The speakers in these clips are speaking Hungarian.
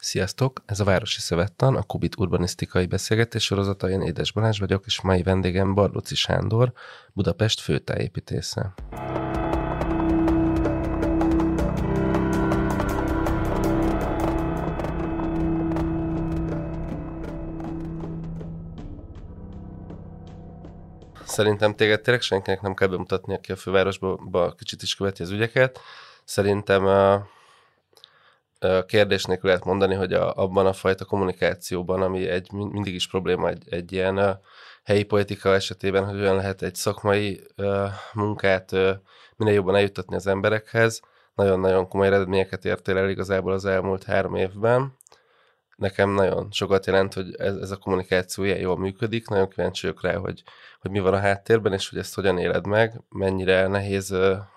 Sziasztok! Ez a Városi Szövettan, a Kubit urbanisztikai beszélgetés sorozata. Én Édes Balázs vagyok, és mai vendégem Barlóczy Sándor, Budapest főtájépítésze. Szerintem téged tényleg senkinek nem kell bemutatni, aki a fővárosba kicsit is követi az ügyeket. Szerintem a kérdés nélkül lehet mondani, hogy abban a fajta kommunikációban, ami mindig is probléma egy ilyen helyi politika esetében, hogy olyan lehet egy szakmai munkát minél jobban eljuttatni az emberekhez. Nagyon-nagyon komoly eredményeket értél el igazából az elmúlt 3 évben. Nekem nagyon sokat jelent, hogy ez a kommunikáció ilyen jól működik. Nagyon kíváncsi vagyok rá, hogy mi van a háttérben, és hogy ezt hogyan éled meg, mennyire nehéz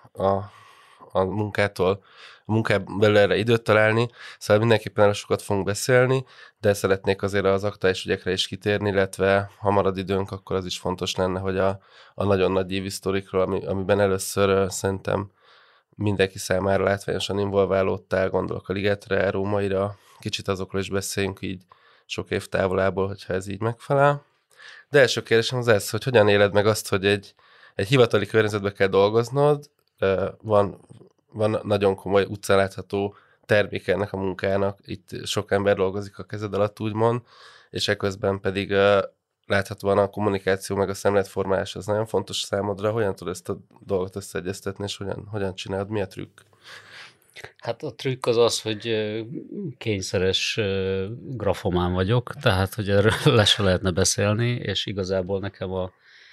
a munkától, a munkában belül erre időt találni, szóval mindenképpen erről sokat fogunk beszélni, de szeretnék azért az aktuális ügyekre is kitérni, illetve ha marad időnk, akkor az is fontos lenne, hogy a nagyon nagy évhisztorikról, amiben először szerintem mindenki számára látványosan involválódtál, gondolok a Ligetre, Rómaira, kicsit azokról is beszéljünk így sok év távolából, hogyha ez így megfelel. De első kérdésem az ez, hogy hogyan éled meg azt, hogy egy hivatali környezetbe kell dolgoznod, van nagyon komoly utcán látható terméke ennek a munkának, itt sok ember dolgozik a kezed alatt, úgymond, és ekközben pedig láthatóan a kommunikáció meg a szemléletformálás az nagyon fontos számodra. Hogyan tudod ezt a dolgot összeegyeztetni, és hogyan csinálod, mi a trükk? Hát a trükk az, hogy kényszeres grafomán vagyok, tehát hogy erről le se lehetne beszélni, és igazából nekem a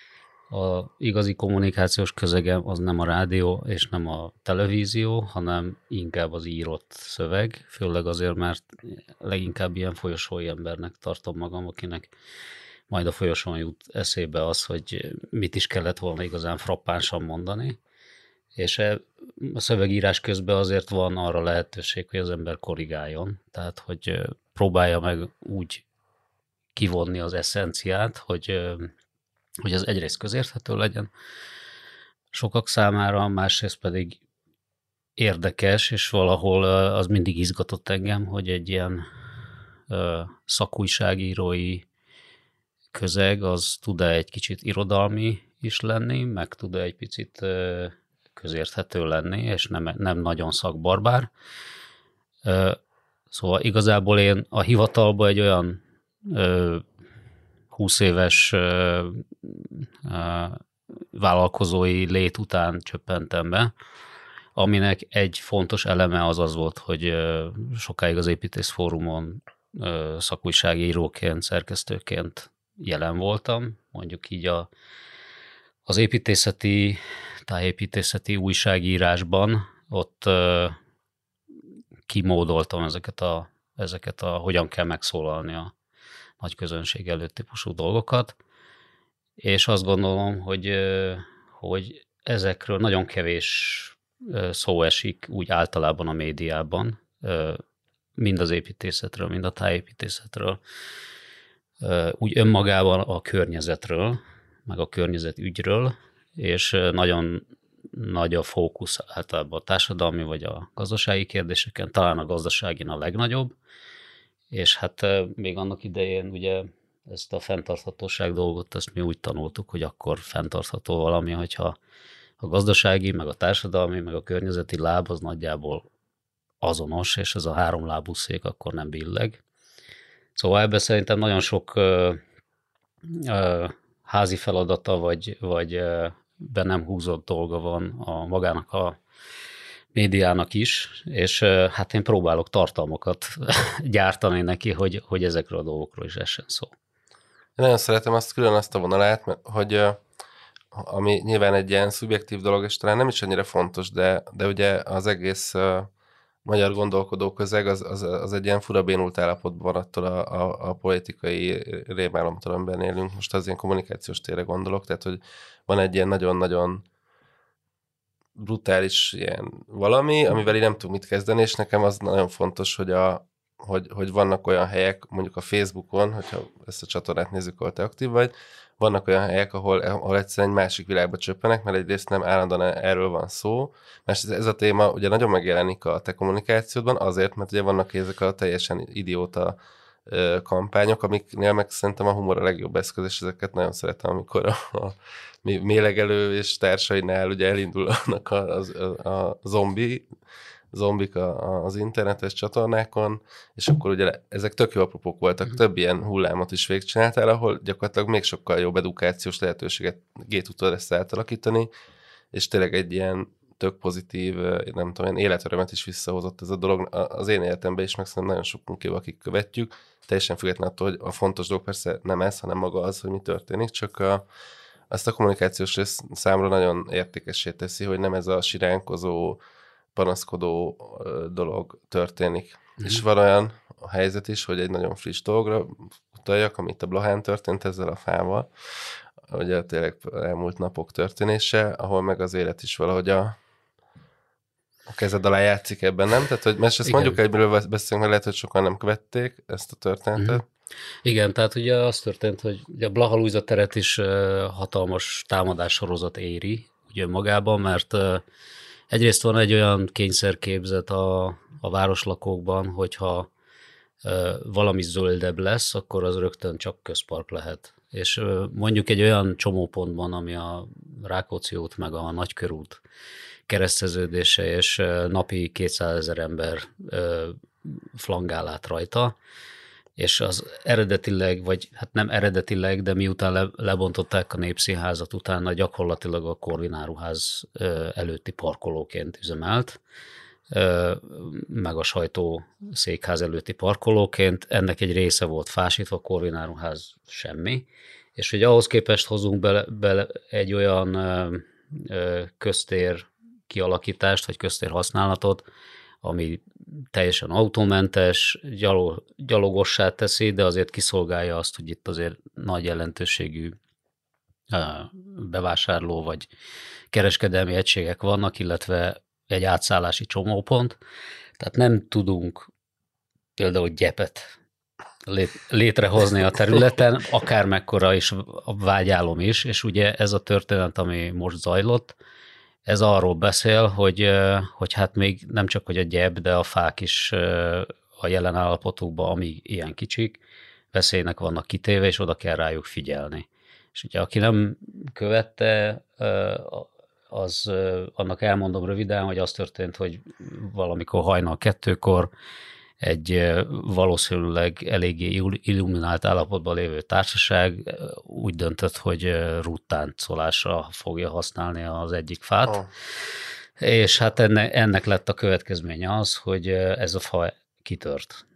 igazi kommunikációs közegem az nem a rádió és nem a televízió, hanem inkább az írott szöveg, főleg azért, mert leginkább ilyen folyosói embernek tartom magam, akinek majd a folyosón jut eszébe az, hogy mit is kellett volna igazán frappánsan mondani, és a szövegírás közben azért van arra lehetőség, hogy az ember korrigáljon, tehát hogy próbálja meg úgy kivonni az eszenciát, hogy az egyrészt közérthető legyen sokak számára, másrészt pedig érdekes, és valahol az mindig izgatott engem, hogy egy ilyen szakújságírói közeg az tud-e egy kicsit irodalmi is lenni, meg tud-e egy picit közérthető lenni, és nem nagyon szakbarbár. Szóval igazából én a hivatalba egy olyan 20 éves vállalkozói lét után csöppentem be, aminek egy fontos eleme az volt, hogy sokáig az Építészfórumon szakújságíróként, szerkesztőként jelen voltam, mondjuk így az építészeti, tájépítészeti újságírásban ott kimódoltam ezeket a hogyan kell megszólalni a nagy közönség előtt típusú dolgokat, és azt gondolom, hogy ezekről nagyon kevés szó esik úgy általában a médiában, mind az építészetről, mind a tájépítészetről, úgy önmagában a környezetről, meg a környezetügyről, és nagyon nagy a fókusz általában a társadalmi vagy a gazdasági kérdéseken, talán a gazdaságin a legnagyobb, és hát még annak idején ugye ezt a fenntarthatóság dolgot, ezt mi úgy tanultuk, hogy akkor fenntartható valami, hogyha a gazdasági, meg a társadalmi, meg a környezeti láb az nagyjából azonos, és ez a 3 lábú szék akkor nem billeg. Szóval ebben szerintem nagyon sok házi feladata, vagy be nem húzott dolga van a magának a médiának is, és hát én próbálok tartalmakat gyártani neki, hogy ezekről a dolgokról is essen szó. Én nagyon szeretem azt a vonalát, hogy ami nyilván egy ilyen szubjektív dolog, és talán nem is annyira fontos, de ugye az egész magyar gondolkodó közeg az egy ilyen fura bénult állapotban van attól a politikai rémálomtól, amiben élünk. Most az ilyen kommunikációs térre gondolok, tehát hogy van egy ilyen nagyon-nagyon brutális ilyen valami, amivel én nem tudok mit kezdeni, és nekem az nagyon fontos, hogy hogy vannak olyan helyek, mondjuk a Facebookon, hogyha ezt a csatornát nézzük, ahol te aktív vagy, vannak olyan helyek, ahol egyszerűen egy másik világba csöppenek, mert egyrészt nem állandóan erről van szó, mert ez a téma ugye nagyon megjelenik a te kommunikációdban, azért, mert ugye vannak ezek a teljesen idióta kampányok, amiknél meg szerintem a humor a legjobb eszköz, és ezeket nagyon szeretem, amikor a mélegelő és társainál ugye elindulnak a zombik az internetes csatornákon, és akkor ugye ezek tök jó apropók voltak, több ilyen hullámot is végigcsináltál, ahol gyakorlatilag még sokkal jobb edukációs lehetőséget tudtad ezt átalakítani, és tényleg egy ilyen tök pozitív, nem tudom, ilyen életörömet is visszahozott ez a dolog az én életemben is, meg szerintem nagyon sokunkéval, akik követjük, teljesen függetlenül attól, hogy a fontos dolog persze nem ez, hanem maga az, hogy mi történik, csak azt a kommunikációs rész számra nagyon értékessé teszi, hogy nem ez a siránkozó, panaszkodó dolog történik. És van olyan a helyzet is, hogy egy nagyon friss dologra utaljak, amit a Blahán történt ezzel a fával, ugye tényleg elmúlt napok történése, ahol meg az élet is valahogy a kezed alá játszik ebben, nem? Tehát, hogy mert ezt mondjuk egyről beszélünk, mert lehet, hogy sokan nem követték ezt a történetet. Igen, tehát ugye az történt, hogy ugye a Blaha Lujza teret is hatalmas támadássorozat éri ugye magában, mert egyrészt van egy olyan kényszerképzet a városlakókban, hogyha valami zöldebb lesz, akkor az rögtön csak közpark lehet. És mondjuk egy olyan csomópontban, ami a Rákóczi út meg a Nagykörút kereszteződése, és napi 200 000 ember flangál át rajta, és az eredetileg, vagy hát nem eredetileg, de miután lebontották a Népszínházat, utána gyakorlatilag a Korvináruház előtti parkolóként üzemelt, meg a sajtószékház előtti parkolóként. Ennek egy része volt fásítva, a Korvináruház semmi, és hogy ahhoz képest hozunk bele egy olyan köztér kialakítást, vagy köztér használatot, ami teljesen autómentes, gyalogossá teszi, de azért kiszolgálja azt, hogy itt azért nagy jelentőségű bevásárló vagy kereskedelmi egységek vannak, illetve egy átszállási csomópont. Tehát nem tudunk például gyepet létrehozni a területen, akármekkora is a vágyálom is, és ugye ez a történet, ami most zajlott, ez arról beszél, hogy hát még nem csak hogy a gyep, de a fák is a jelen állapotukban, amíg ilyen kicsik, veszélynek vannak kitéve, és oda kell rájuk figyelni. És ugye aki nem követte, az annak elmondom röviden, hogy az történt, hogy valamikor hajnal 2-kor egy valószínűleg eléggé illuminált állapotban lévő társaság úgy döntött, hogy rúttáncolásra fogja használni az egyik fát, és hát ennek lett a következménye az, hogy ez a fa kitört.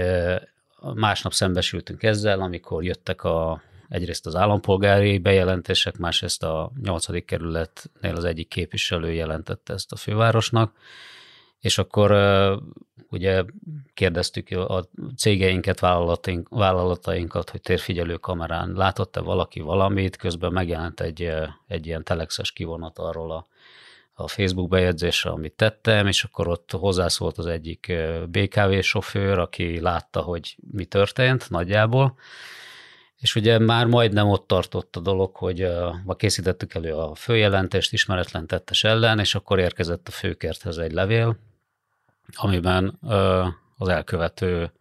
Másnap szembesültünk ezzel, amikor jöttek egyrészt az állampolgári bejelentések, másrészt a 8. kerületnél az egyik képviselő jelentette ezt a fővárosnak, és akkor ugye kérdeztük a cégeinket, vállalatainkat, hogy térfigyelő kamerán látott-e valaki valamit, közben megjelent egy ilyen telexes kivonat arról a Facebook bejegyzésre, amit tettem, és akkor ott hozzászólt az egyik BKV sofőr, aki látta, hogy mi történt nagyjából, és ugye már majdnem ott tartott a dolog, hogy készítettük elő a főjelentést ismeretlen tettes ellen, és akkor érkezett a főkerthez egy levél, amiben az elkövető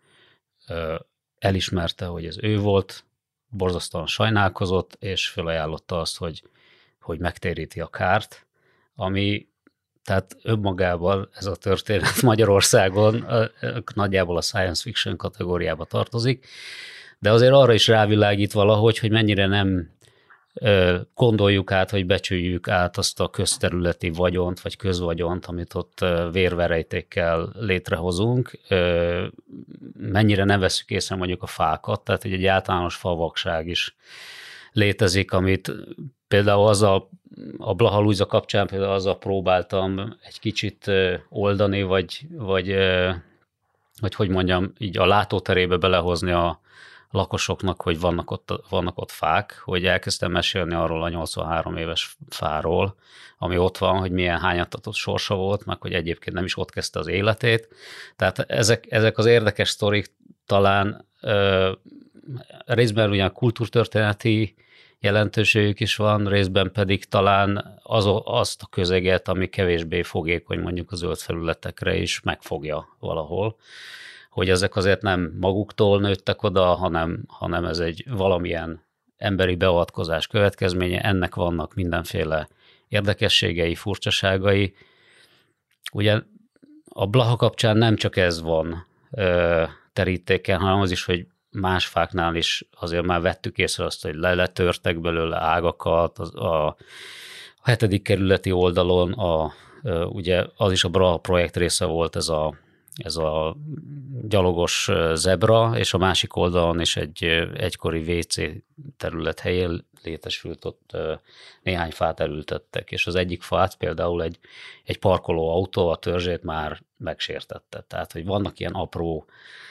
elismerte, hogy ez ő volt, borzasztóan sajnálkozott, és felajánlotta azt, hogy megtéríti a kárt, ami tehát önmagában ez a történet Magyarországon nagyjából a science fiction kategóriába tartozik, de azért arra is rávilágít valahogy, hogy mennyire nem gondoljuk át, hogy becsüljük át azt a közterületi vagyont, vagy közvagyont, amit ott vérverejtékkel létrehozunk, mennyire nem veszük észre mondjuk a fákat, tehát egy általános favakság is létezik, amit például a Blaha Lujza kapcsán például azzal próbáltam egy kicsit oldani, vagy hogy mondjam, így a látóterébe belehozni lakosoknak, hogy vannak ott fák, hogy elkezdtem mesélni arról a 83 éves fáról, ami ott van, hogy milyen hányatatott sorsa volt, meg hogy egyébként nem is ott kezdte az életét. Tehát ezek az érdekes sztorik talán részben ugyan kultúrtörténeti jelentőségük is van, részben pedig talán azt a közeget, ami kevésbé fogékony mondjuk a zöld felületekre is megfogja valahol, hogy ezek azért nem maguktól nőttek oda, hanem ez egy valamilyen emberi beavatkozás következménye, ennek vannak mindenféle érdekességei, furcsaságai. Ugye a Blaha kapcsán nem csak ez van terítéken, hanem az is, hogy más fáknál is azért már vettük észre azt, hogy letörtek belőle ágakat, a 7. kerületi oldalon ugye az is a Blaha projekt része volt, ez a gyalogos zebra, és a másik oldalon is egy egykori WC terület helyén létesült, ott néhány fát elültettek, és az egyik fát például egy parkoló autó a törzsét már megsértette. Tehát, hogy vannak ilyen apró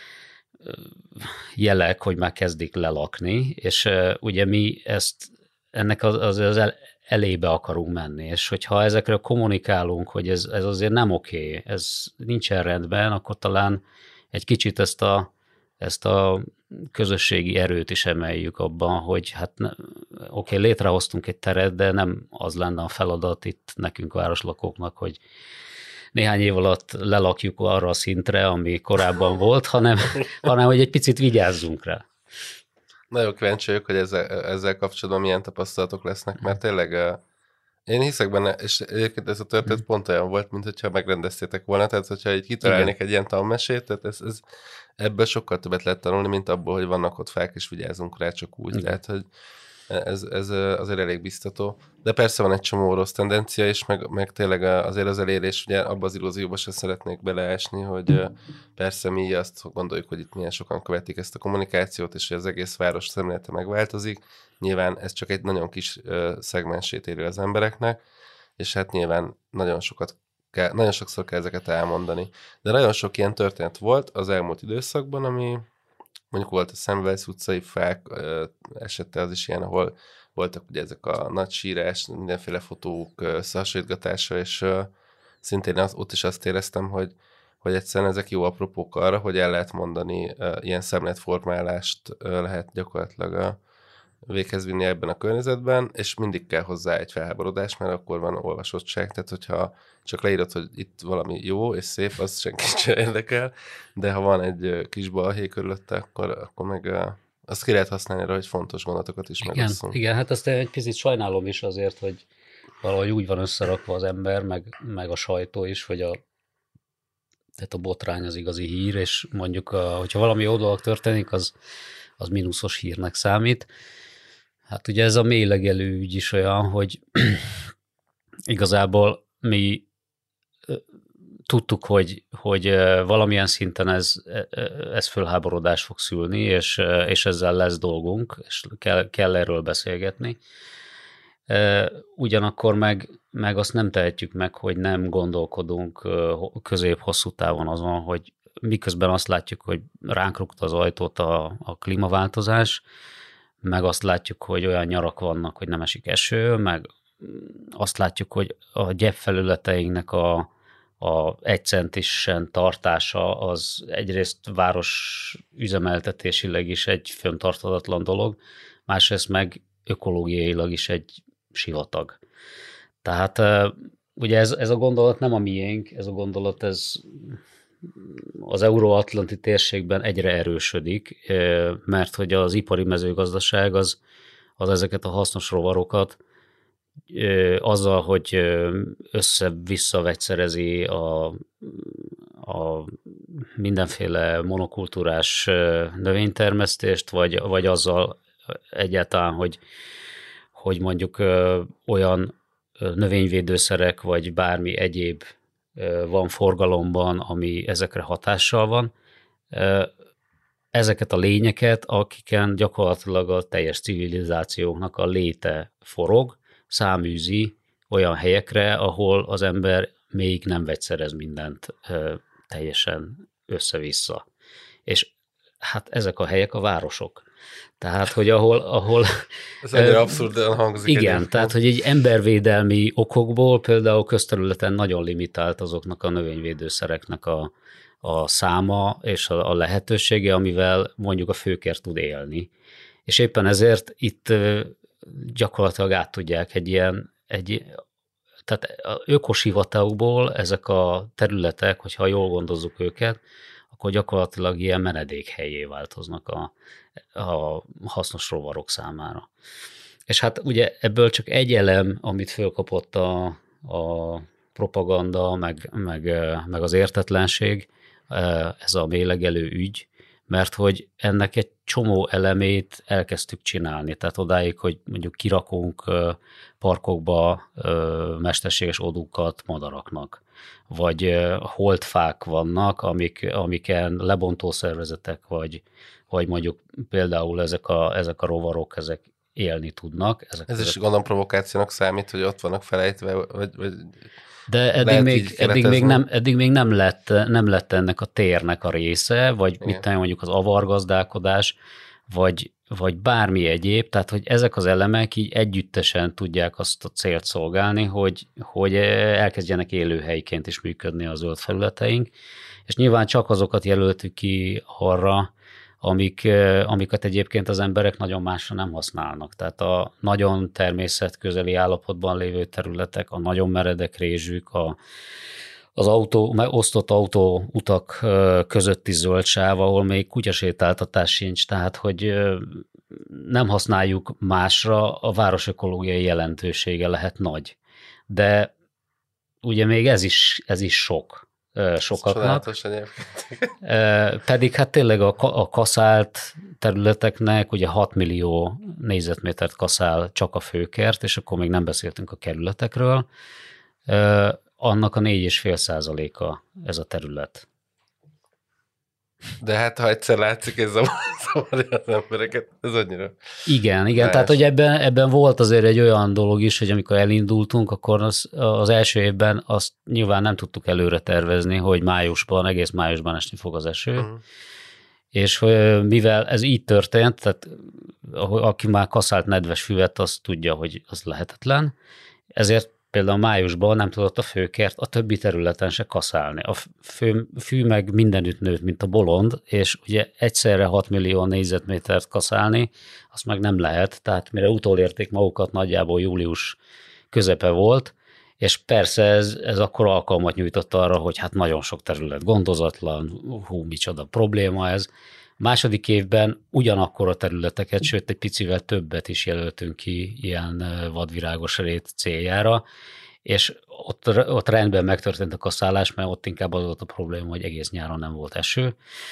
jelek, hogy már kezdik lelakni, és ugye mi ennek az elébe akarunk menni, és hogyha ezekről kommunikálunk, hogy ez azért nem oké, ez nincsen rendben, akkor talán egy kicsit ezt a közösségi erőt is emeljük abban, hogy hát oké, létrehoztunk egy teret, de nem az lenne a feladat itt nekünk városlakóknak, hogy néhány év alatt lelakjuk arra a szintre, ami korábban volt, hanem hogy egy picit vigyázzunk rá. Nagyon kíváncsi vagyok, hogy ezzel kapcsolatban milyen tapasztalatok lesznek, mert tényleg én hiszek benne, és egyébként ez a történet pont olyan volt, mint hogyha megrendeztétek volna, tehát hogyha így kitalálnék egy ilyen tanmesét, tehát ebből sokkal többet lehet tanulni, mint abból, hogy vannak ott fák, és vigyázunk rá csak úgy. Igen. Tehát, hogy ez azért elég biztató. De persze van egy csomó rossz tendencia, és meg tényleg azért az elérés, ugye abba az illúzióba sem szeretnék beleesni, hogy persze mi azt gondoljuk, hogy itt milyen sokan követik ezt a kommunikációt, és hogy az egész város szemlélete megváltozik. Nyilván ez csak egy nagyon kis szegmensét éri az embereknek, és hát nyilván nagyon sokszor kell ezeket elmondani. De nagyon sok ilyen történet volt az elmúlt időszakban, ami mondjuk volt a Semmelweis utcai fák esete, az is ilyen, ahol voltak ugye ezek a nagy sírás, mindenféle fotók összehasonlítgatása, és szintén ott is azt éreztem, hogy egyszerűen ezek jó apropók arra, hogy el lehet mondani, ilyen szemléletformálást lehet gyakorlatilag véghez vinni ebben a környezetben, és mindig kell hozzá egy felháborodás, mert akkor van olvasottság, tehát hogyha csak leírod, hogy itt valami jó és szép, az senkit sem érdekel, de ha van egy kis balhé körülötte, akkor meg azt ki lehet használni arra, hogy fontos gondolatokat is megosszunk. Igen, hát ezt egy picit sajnálom is azért, hogy valahogy úgy van összerakva az ember, meg a sajtó is, hogy tehát a botrány az igazi hír, és mondjuk, hogyha valami jó dolog történik, az mínuszos hírnek számít. Hát ugye ez a mélylegelő ügy is olyan, hogy igazából mi tudtuk, hogy valamilyen szinten ez fölháborodást fog szülni, és ezzel lesz dolgunk, és kell erről beszélgetni. Ugyanakkor meg azt nem tehetjük meg, hogy nem gondolkodunk közép-hosszú távon azon, hogy miközben azt látjuk, hogy ránk rúgta az ajtót a klímaváltozás, meg azt látjuk, hogy olyan nyarak vannak, hogy nem esik eső, meg azt látjuk, hogy a gyepfelületeinknek a 1 centisen tartása az egyrészt város üzemeltetésileg is egy fenntarthatatlan dolog, másrészt meg ökológiailag is egy sivatag. Tehát ugye ez a gondolat nem a miénk, ez a gondolat az euróatlanti térségben egyre erősödik, mert hogy az ipari mezőgazdaság az ezeket a hasznos rovarokat azzal, hogy össze-vissza vegyszerezi a mindenféle monokultúrás növénytermesztést, vagy azzal egyáltalán, hogy mondjuk olyan növényvédőszerek, vagy bármi egyéb van forgalomban, ami ezekre hatással van. Ezeket a lényeket, akiken gyakorlatilag a teljes civilizációknak a léte forog, száműzi olyan helyekre, ahol az ember még nem vegyszerez mindent teljesen össze-vissza. És hát ezek a helyek a városok. Tehát, hogy ahol ez annyira abszurdan hangzik. Igen, egyébként. tehát, hogy egy embervédelmi okokból például közterületen nagyon limitált azoknak a növényvédőszereknek a száma és a lehetősége, amivel mondjuk a főkert tud élni. És éppen ezért itt gyakorlatilag át tudják tehát ökosivatagból ezek a területek, hogyha jól gondozzuk őket, akkor gyakorlatilag ilyen menedékhelyé változnak a hasznos rovarok számára. És hát ugye ebből csak egy elem, amit fölkapott a propaganda, meg az értetlenség, ez a méhlegelő ügy, mert hogy ennek egy csomó elemét elkezdtük csinálni. Tehát odáig, hogy mondjuk kirakunk parkokba mesterséges odúkat madaraknak, vagy holtfák vannak, amiken lebontószervezetek, vagy mondjuk például ezek a rovarok, ezek élni tudnak. Ez is gondolom provokációnak számít, hogy ott vannak felejtve, vagy de eddig még nem lett ennek a térnek a része, vagy mit tudom, mondjuk az avargazdálkodás, vagy bármi egyéb, tehát hogy ezek az elemek így együttesen tudják azt a célt szolgálni, hogy elkezdjenek élőhelyként is működni a zöld felületeink, és nyilván csak azokat jelöltük ki arra, amiket egyébként az emberek nagyon másra nem használnak. Tehát a nagyon természetközeli állapotban lévő területek, a nagyon meredek rézsük, az osztott autóutak közötti zöld sáv, ahol még kutyasétáltatás sincs, tehát hogy nem használjuk másra, a város ökológiai jelentősége lehet nagy. De ugye még ez is sok sokaknak. Pedig hát tényleg a kaszált területeknek ugye 6 millió négyzetmétert kaszál csak a főkert, és akkor még nem beszéltünk a kerületekről. Annak a 4,5%-a ez a terület. De hát, ha egyszer látszik, ez zavarja az embereket, ez annyira... Igen, tehát hogy ebben volt azért egy olyan dolog is, hogy amikor elindultunk, akkor az első évben azt nyilván nem tudtuk előre tervezni, hogy egész májusban esni fog az eső, és mivel ez így történt, tehát aki már kaszált nedves füvet, az tudja, hogy az lehetetlen, ezért például májusban nem tudott a főkert a többi területen se kaszálni. A fű meg mindenütt nőtt, mint a bolond, és ugye egyszerre 6 millió négyzetmétert kaszálni, azt meg nem lehet, tehát mire utolérték magukat, nagyjából július közepe volt, és persze ez akkor alkalmat nyújtott arra, hogy hát nagyon sok terület gondozatlan, micsoda probléma ez. Második évben ugyanakkor a területeket, sőt egy picivel többet is jelöltünk ki ilyen vadvirágos rét céljára, és ott rendben megtörtént a kaszálás, mert ott inkább az volt a probléma, hogy egész nyáron nem volt eső.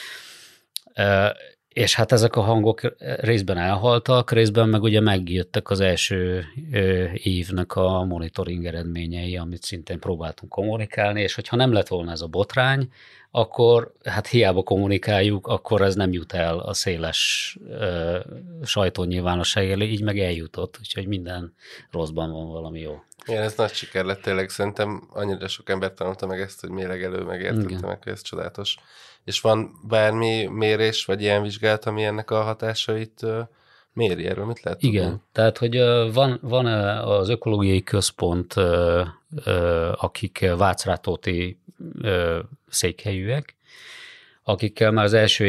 És hát ezek a hangok részben elhaltak, részben meg ugye megjöttek az első évnek a monitoring eredményei, amit szintén próbáltunk kommunikálni, és hogyha nem lett volna ez a botrány, akkor hát hiába kommunikáljuk, akkor ez nem jut el a széles sajtónyilvánosság elé, így meg eljutott, úgyhogy minden rosszban van valami jó. Igen, ez nagy siker lett tényleg, szerintem annyira sok ember tanulta meg ezt, hogy mélegelő, meg értette meg, hogy ez csodálatos. És van bármi mérés, vagy ilyen vizsgálat, ami ennek a hatásait méri? Erről mit lehet tudni? Igen, tehát hogy van az ökológiai központ, akik Vácrátóti székhelyűek, akikkel már az első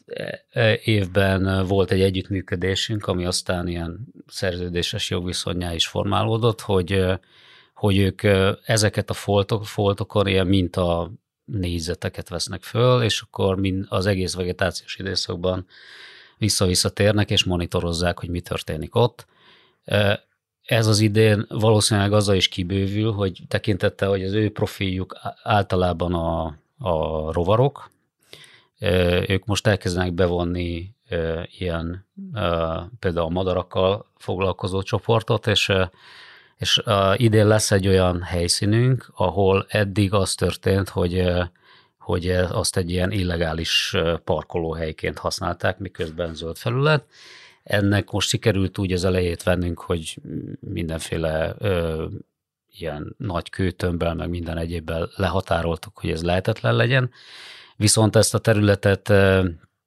évben volt egy együttműködésünk, ami aztán ilyen szerződéses jogviszonnyá is formálódott, hogy ők ezeket a foltokon ilyen minta négyzeteket vesznek föl, és akkor az egész vegetációs időszakban vissza-vissza térnek, és monitorozzák, hogy mi történik ott. Ez az idén valószínűleg azzal is kibővül, hogy tekintette, hogy az ő profiljuk általában a rovarok. Ők most elkezdenek bevonni ilyen például a madarakkal foglalkozó csoportot, és idén lesz egy olyan helyszínünk, ahol eddig az történt, hogy azt egy ilyen illegális parkolóhelyként használták, miközben zöld felület. Ennek most sikerült úgy az elejét vennünk, hogy mindenféle ilyen nagy kőtömbbel, meg minden egyébben lehatároltuk, hogy ez lehetetlen legyen. Viszont ezt a területet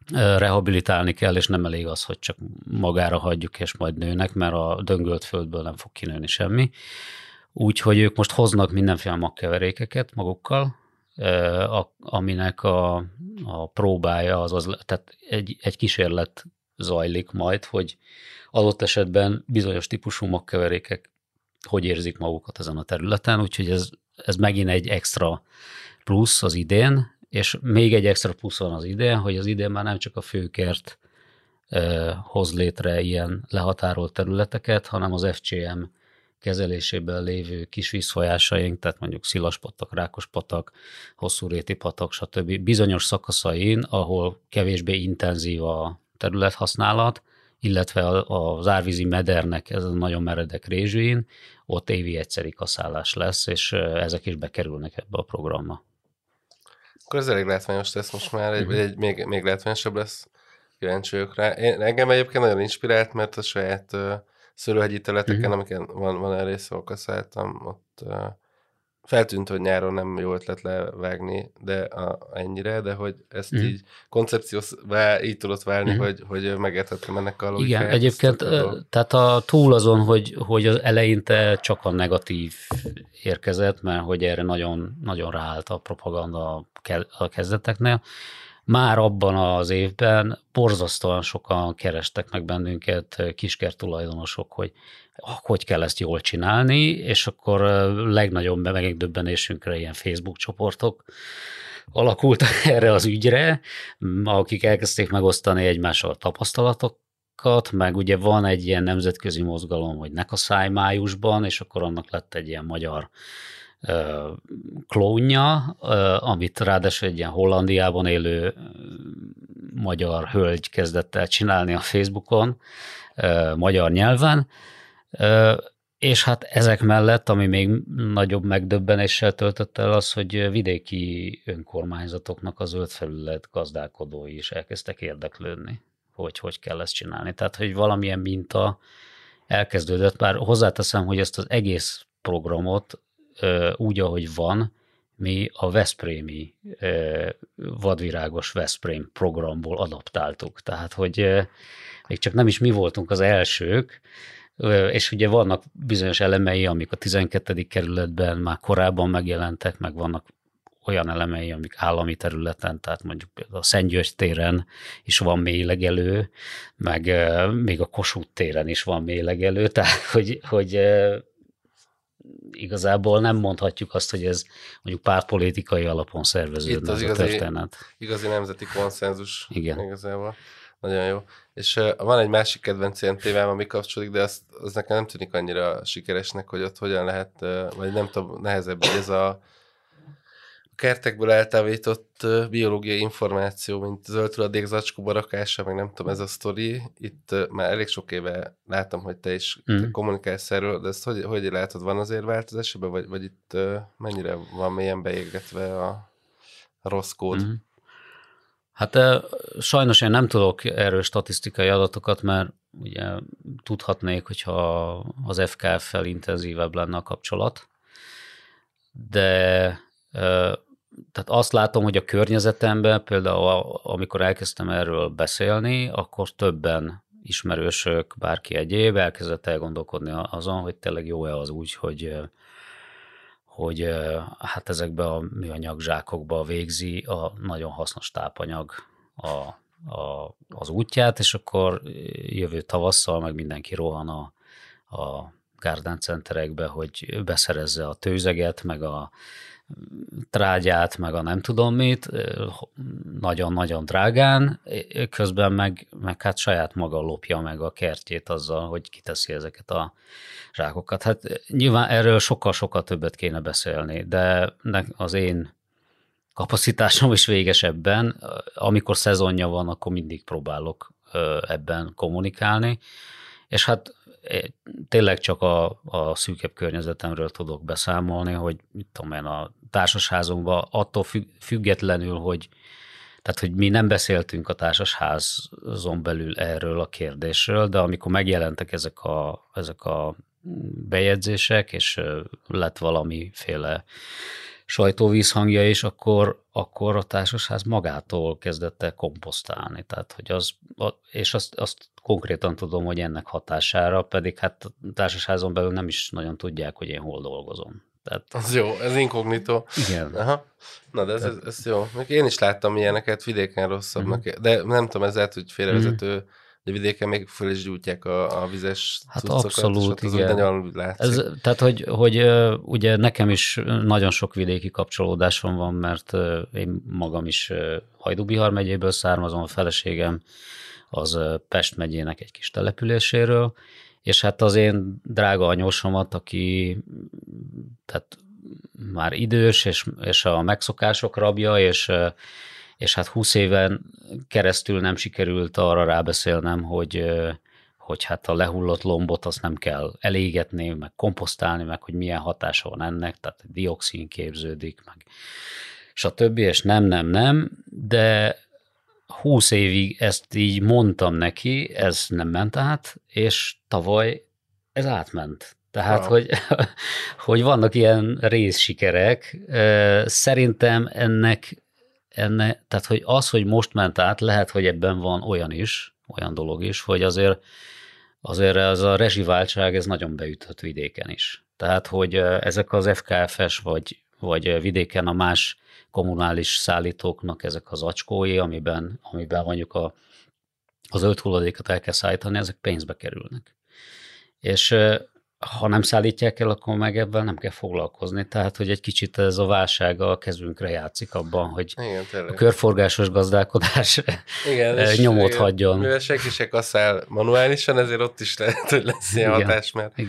rehabilitálni kell, és nem elég az, hogy csak magára hagyjuk, és majd nőnek, mert a döngölt földből nem fog kinőni semmi. Úgyhogy ők most hoznak mindenféle magkeverékeket magukkal, aminek a próbája tehát egy kísérlet zajlik majd, hogy adott esetben bizonyos típusú magkeverékek hogy érzik magukat ezen a területen, úgyhogy ez megint egy extra plusz az idén, és még egy extra plusz van az idén, hogy az idén már nem csak a főkert hoz létre ilyen lehatárolt területeket, hanem az FCM kezelésében lévő kis vízfolyásaink, tehát mondjuk Szilaspatak, Rákospatak, Hosszúréti patak, stb. Bizonyos szakaszain, ahol kevésbé intenzív a területhasználat, illetve az árvízi medernek ez a nagyon meredek rézsűin, ott évi egyszeri kaszálás lesz, és ezek is bekerülnek ebbe a programba. Akkor ez elég látványos lesz most már, még látványosabb lesz, kíváncsi vagyok rá. Engem egyébként nagyon inspirált, mert a saját szőlőhegyi területeken, amiken van el része, ahol kaszáltam, ott feltűnt, hogy nyáron nem jó ötlet levágni, de ennyire, de hogy ezt így koncepcióvá így tudott válni, hogy megértettem ennek a logikáját. Igen, egyébként tehát túl azon, hogy az eleinte csak a negatív érkezett, mert hogy erre nagyon, nagyon ráállt a propaganda a kezdeteknél, már abban az évben borzasztóan sokan kerestek meg bennünket, kiskert tulajdonosok, hogy kell ezt jól csinálni, és akkor legnagyobb megdöbbenésünkre ilyen Facebook csoportok alakultak erre az ügyre, akik elkezdték megosztani egymással tapasztalatokat, meg ugye van egy ilyen nemzetközi mozgalom, hogy ne kaszálj májusban, és akkor annak lett egy ilyen magyar klónja, amit ráadásul egy ilyen Hollandiában élő magyar hölgy kezdett el csinálni a Facebookon, magyar nyelven, és hát ezek mellett, ami még nagyobb megdöbbenéssel töltött el az, hogy vidéki önkormányzatoknak a zöld felület gazdálkodói is elkezdtek érdeklődni, hogy kell ezt csinálni. Tehát, hogy valamilyen minta elkezdődött, bár hozzáteszem, hogy ezt az egész programot úgy, ahogy van, mi a veszprémi vadvirágos Veszprém programból adaptáltuk. Tehát, hogy még csak nem is mi voltunk az elsők, és ugye vannak bizonyos elemei, amik a 12. kerületben már korábban megjelentek, meg vannak olyan elemei, amik állami területen, tehát mondjuk a Szentgyörgy téren is van mélylegelő, meg még a Kossuth téren is van mélylegelő, tehát hogy igazából nem mondhatjuk azt, hogy ez mondjuk pártpolitikai alapon szerveződne ez a történet. Igazi nemzeti konszenzus. Igen. Igazából. Nagyon jó. És van egy másik kedvenc ilyen témám, ami kapcsolódik, de az nekem nem tűnik annyira sikeresnek, hogy ott hogyan lehet, vagy nem tudom, nehezebb, hogy ez a kertekből eltávolított biológiai információ, mint zöld hulladék zacskóba rakása, meg nem tudom, ez a sztori. Itt már elég sok éve látom, hogy te is kommunikálsz erről, de ezt hogy látod, van azért változás ebben, vagy itt mennyire van mélyen beégetve a rossz kód? Hát sajnos én nem tudok erről statisztikai adatokat, mert ugye tudhatnék, hogyha az FKF-fel intenzívebb lenne a kapcsolat, de tehát azt látom, hogy a környezetemben például amikor elkezdtem erről beszélni, akkor többen ismerősök, bárki egyéb elkezdett elgondolkodni azon, hogy tényleg jó-e az úgy, hogy hát ezekbe a műanyag zsákokba végzi a nagyon hasznos tápanyag az útját, és akkor jövő tavasszal meg mindenki rohan a garden centerekbe, hogy beszerezze a tőzeget, meg a trágyát, meg a nem tudom mit, nagyon-nagyon drágán, közben meg hát saját maga lopja meg a kertjét azzal, hogy kiteszi ezeket a zsákokat. Hát nyilván erről sokkal-sokkal többet kéne beszélni, de az én kapacitásom is véges ebben. Amikor szezonja van, akkor mindig próbálok ebben kommunikálni, és hát tényleg csak a szűkebb környezetemről tudok beszámolni, hogy mit tudom én, a társasházunkban attól függetlenül, hogy mi nem beszéltünk a társasházon belül erről a kérdésről, de amikor megjelentek ezek a bejegyzések, és lett valamiféle sajtóvízhangja is, akkor a társasház magától kezdett el komposztálni. Tehát, hogy és azt konkrétan tudom, hogy ennek hatására, pedig hát a társasházon belül nem is nagyon tudják, hogy én hol dolgozom. Tehát, az jó, ez inkognitó. igen. Aha. Na, de ez jó. Én is láttam ilyeneket, vidéken rosszabbnak, de nem tudom, ez lehet, hogy félrevezető, de vidéken még föl is gyújtják a vizes cuccokat, abszolút, és igen. Az nagyon látszik. Tehát, hogy ugye nekem is nagyon sok vidéki kapcsolódásom van, mert én magam is Hajdú-Bihar megyéből származom, a feleségem az Pest megyének egy kis településéről, és hát az én drága anyósomat, aki tehát már idős, és a megszokások rabja, és hát 20 éven keresztül nem sikerült arra rábeszélnem, hogy hát a lehullott lombot azt nem kell elégetni, meg komposztálni, meg hogy milyen hatása van ennek, tehát dioxin képződik, meg stb. És nem, de 20 évig ezt így mondtam neki, ez nem ment át, és tavaly ez átment. Tehát, hogy vannak ilyen részsikerek. Szerintem ennek, tehát, hogy az, hogy most ment át, lehet, hogy ebben van olyan dolog is, hogy azért ez a rezsiváltság, ez nagyon beütött vidéken is. Tehát, hogy ezek az FKF-es, vagy vidéken a más kommunális szállítóknak ezek az acskói, amiben mondjuk a zöld hulladékot el kell szállítani, ezek pénzbe kerülnek. És ha nem szállítják el, akkor meg ebben nem kell foglalkozni. Tehát, hogy egy kicsit ez a válság a kezünkre játszik abban, hogy a körforgásos gazdálkodás nyomot hagyjon. Mivel senki se kasszál manuálisan, ezért ott is lehet, hogy lesz ilyen hatás, mert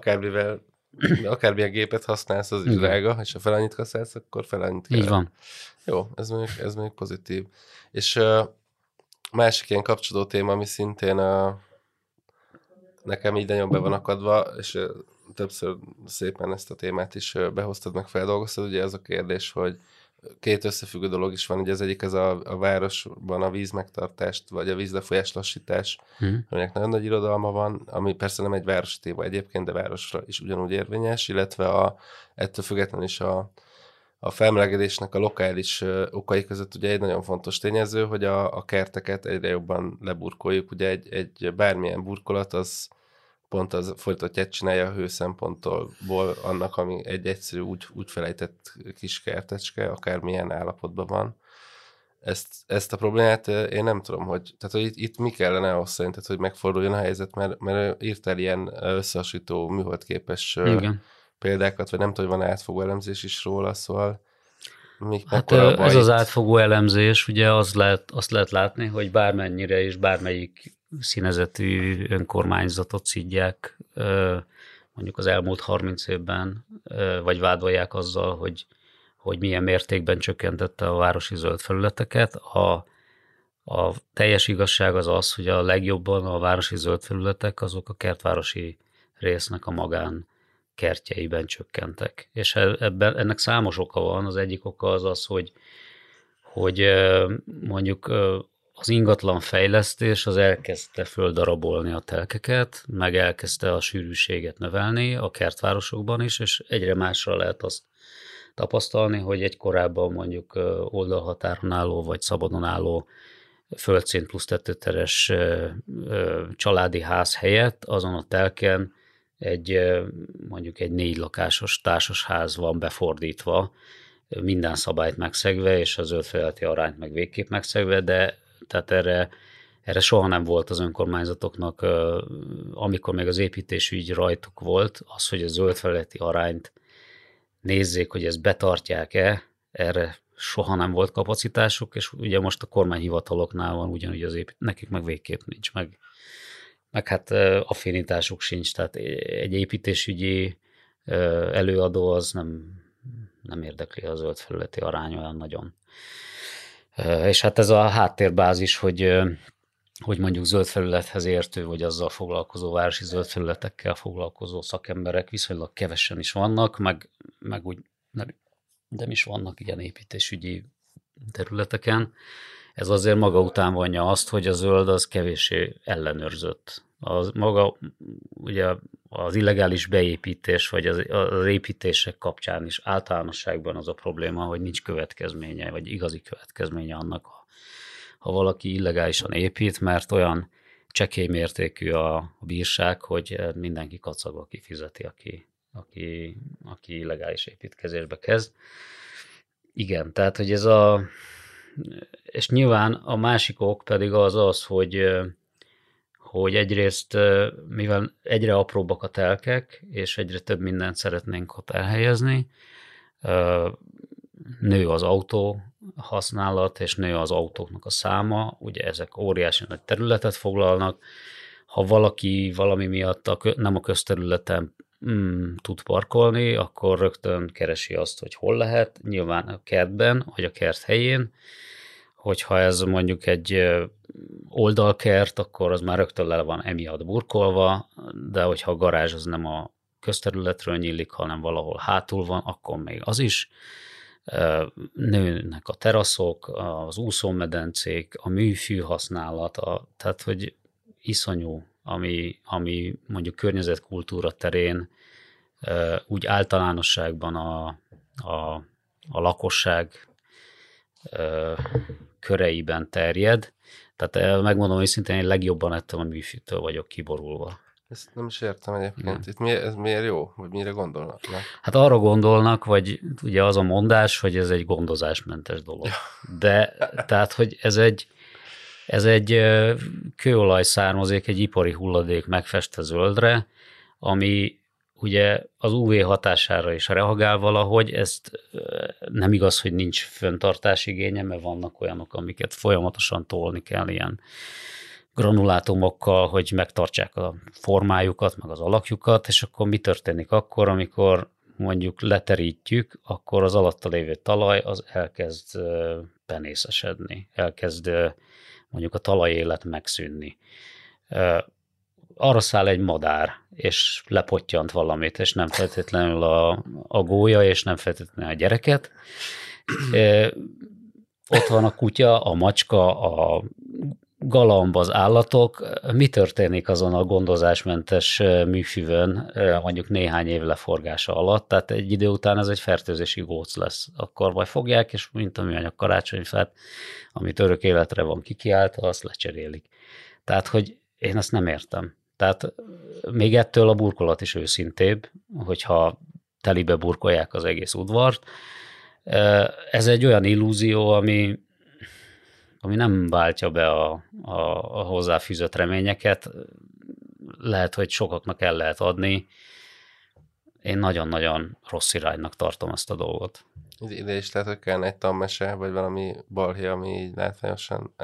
akármilyen gépet használsz, az is drága, és ha fel annyit kasszálsz, akkor fel annyit kell. Így van. Jó, ez még pozitív. És másik ilyen kapcsolódó téma, ami szintén nekem így nagyon be van akadva, és többször szépen ezt a témát is behoztad, meg feldolgoztad, ugye az a kérdés, hogy két összefüggő dolog is van, ugye az egyik ez a városban a vízmegtartást, vagy a vízlefolyás lassítás, aminek nagyon nagy irodalma van, ami persze nem egy városi téma egyébként, de városra is ugyanúgy érvényes, illetve ettől függetlenül is a felmelegedésnek a lokális okai között ugye egy nagyon fontos tényező, hogy a kerteket egyre jobban leburkoljuk. Ugye egy bármilyen burkolat, az pont az fordítottját csinálja a hő szempontból annak, ami egy egyszerű úgy felejtett kis kertecske, akármilyen állapotban van. Ezt a problémát én nem tudom, hogy itt mi kellene ahhoz szerinted, hogy megforduljon a helyzet, mert írtál ilyen összehasonlító műholdképes példákat, vagy nem tudom, hogy van átfogó elemzés is róla, szóval hát ez az átfogó elemzés, ugye azt lehet látni, hogy bármennyire és bármelyik színezetű önkormányzatot szidják mondjuk az elmúlt 30 évben, vagy vádolják azzal, hogy milyen mértékben csökkentette a városi zöld felületeket. A teljes igazság az, hogy a legjobban a városi zöld felületek azok a kertvárosi résznek a magán kertjeiben csökkentek. És ennek számos oka van. Az egyik oka az, hogy mondjuk az ingatlan fejlesztés az elkezdte földarabolni a telkeket, meg elkezdte a sűrűséget növelni a kertvárosokban is, és egyre másra lehet azt tapasztalni, hogy egy korábban mondjuk oldalhatáron álló vagy szabadon álló földszint plusz tetőteres családi ház helyett azon a telken mondjuk egy 4 lakásos társasház van befordítva, minden szabályt megszegve, és a zöld felületi arányt meg végképp megszegve, de tehát erre soha nem volt az önkormányzatoknak, amikor még az építésügy rajtuk volt, az, hogy a zöld felületi arányt nézzék, hogy ezt betartják-e, erre soha nem volt kapacitásuk, és ugye most a kormányhivataloknál van ugyanúgy nekik meg végképp nincs, meg hát affinitásuk sincs, tehát egy építésügyi előadó az nem érdekli a zöld felületi arány olyan nagyon. És hát ez a háttérbázis, hogy mondjuk zöld felülethez értő, vagy azzal foglalkozó városi zöld felületekkel foglalkozó szakemberek viszonylag kevesen is vannak, meg úgy nem is vannak ilyen építésügyi területeken. Ez azért maga után vonja azt, hogy a zöld az kevéssé ellenőrzött. Ugye az illegális beépítés, vagy az építések kapcsán is általánosságban az a probléma, hogy nincs következménye, vagy igazi következménye annak, ha valaki illegálisan épít, mert olyan csekély mértékű a bírság, hogy mindenki kacagva kifizeti, aki illegális építkezésbe kezd. Igen, tehát, hogy és nyilván a másik ok pedig az, hogy egyrészt, mivel egyre apróbbak a telkek, és egyre több mindent szeretnénk ott elhelyezni, nő az autó használat, és nő az autóknak a száma, ugye ezek óriási nagy területet foglalnak. Ha valaki valami miatt nem a közterületen tud parkolni, akkor rögtön keresi azt, hogy hol lehet, nyilván a kertben, vagy a kert helyén. Hogyha ez mondjuk egy oldalkert, akkor az már rögtön le van emiatt burkolva, de hogyha a garázs az nem a közterületről nyílik, hanem valahol hátul van, akkor még az is. Nőnek a teraszok, az úszómedencék, a műfű használata, tehát hogy iszonyú, ami mondjuk környezetkultúra terén úgy általánosságban a lakosság köreiben terjed. Tehát megmondom őszintén, én legjobban ettől a műfűtől vagyok kiborulva. Ezt nem is értem egyébként. Itt ez miért jó? Vagy mire gondolnak? Hát arra gondolnak, vagy ugye az a mondás, hogy ez egy gondozásmentes dolog. De tehát, hogy ez egy kőolaj származék, egy ipari hulladék megfestve zöldre, ami ugye az UV hatására is reagál valahogy, ezt nem igaz, hogy nincs fönntartás igénye, mert vannak olyanok, amiket folyamatosan tolni kell ilyen granulátumokkal, hogy megtartsák a formájukat, meg az alakjukat, és akkor mi történik akkor, amikor mondjuk leterítjük, akkor az alatta lévő talaj az elkezd penészesedni, elkezd mondjuk a talajélet megszűnni. Arra száll egy madár, és lepottyant valamit, és nem feltétlenül a gólya, és nem feltétlenül a gyereket. Ott van a kutya, a macska, a galamb, az állatok. Mi történik azon a gondozásmentes műfűvön mondjuk néhány év leforgása alatt? Tehát egy idő után ez egy fertőzési góc lesz. Akkor majd fogják, és mint a műanyag karácsonyfát, amit örök életre van kikiáltva, azt lecserélik. Tehát, hogy én ezt nem értem. Tehát még ettől a burkolat is őszintébb, hogyha telibe burkolják az egész udvart. Ez egy olyan illúzió, ami nem váltja be a hozzáfűzött reményeket. Lehet, hogy sokaknak el lehet adni. Én nagyon-nagyon rossz iránynak tartom ezt a dolgot. Ide is lehet, hogy kellene egy tanmese, vagy valami balhé, ami így látványosan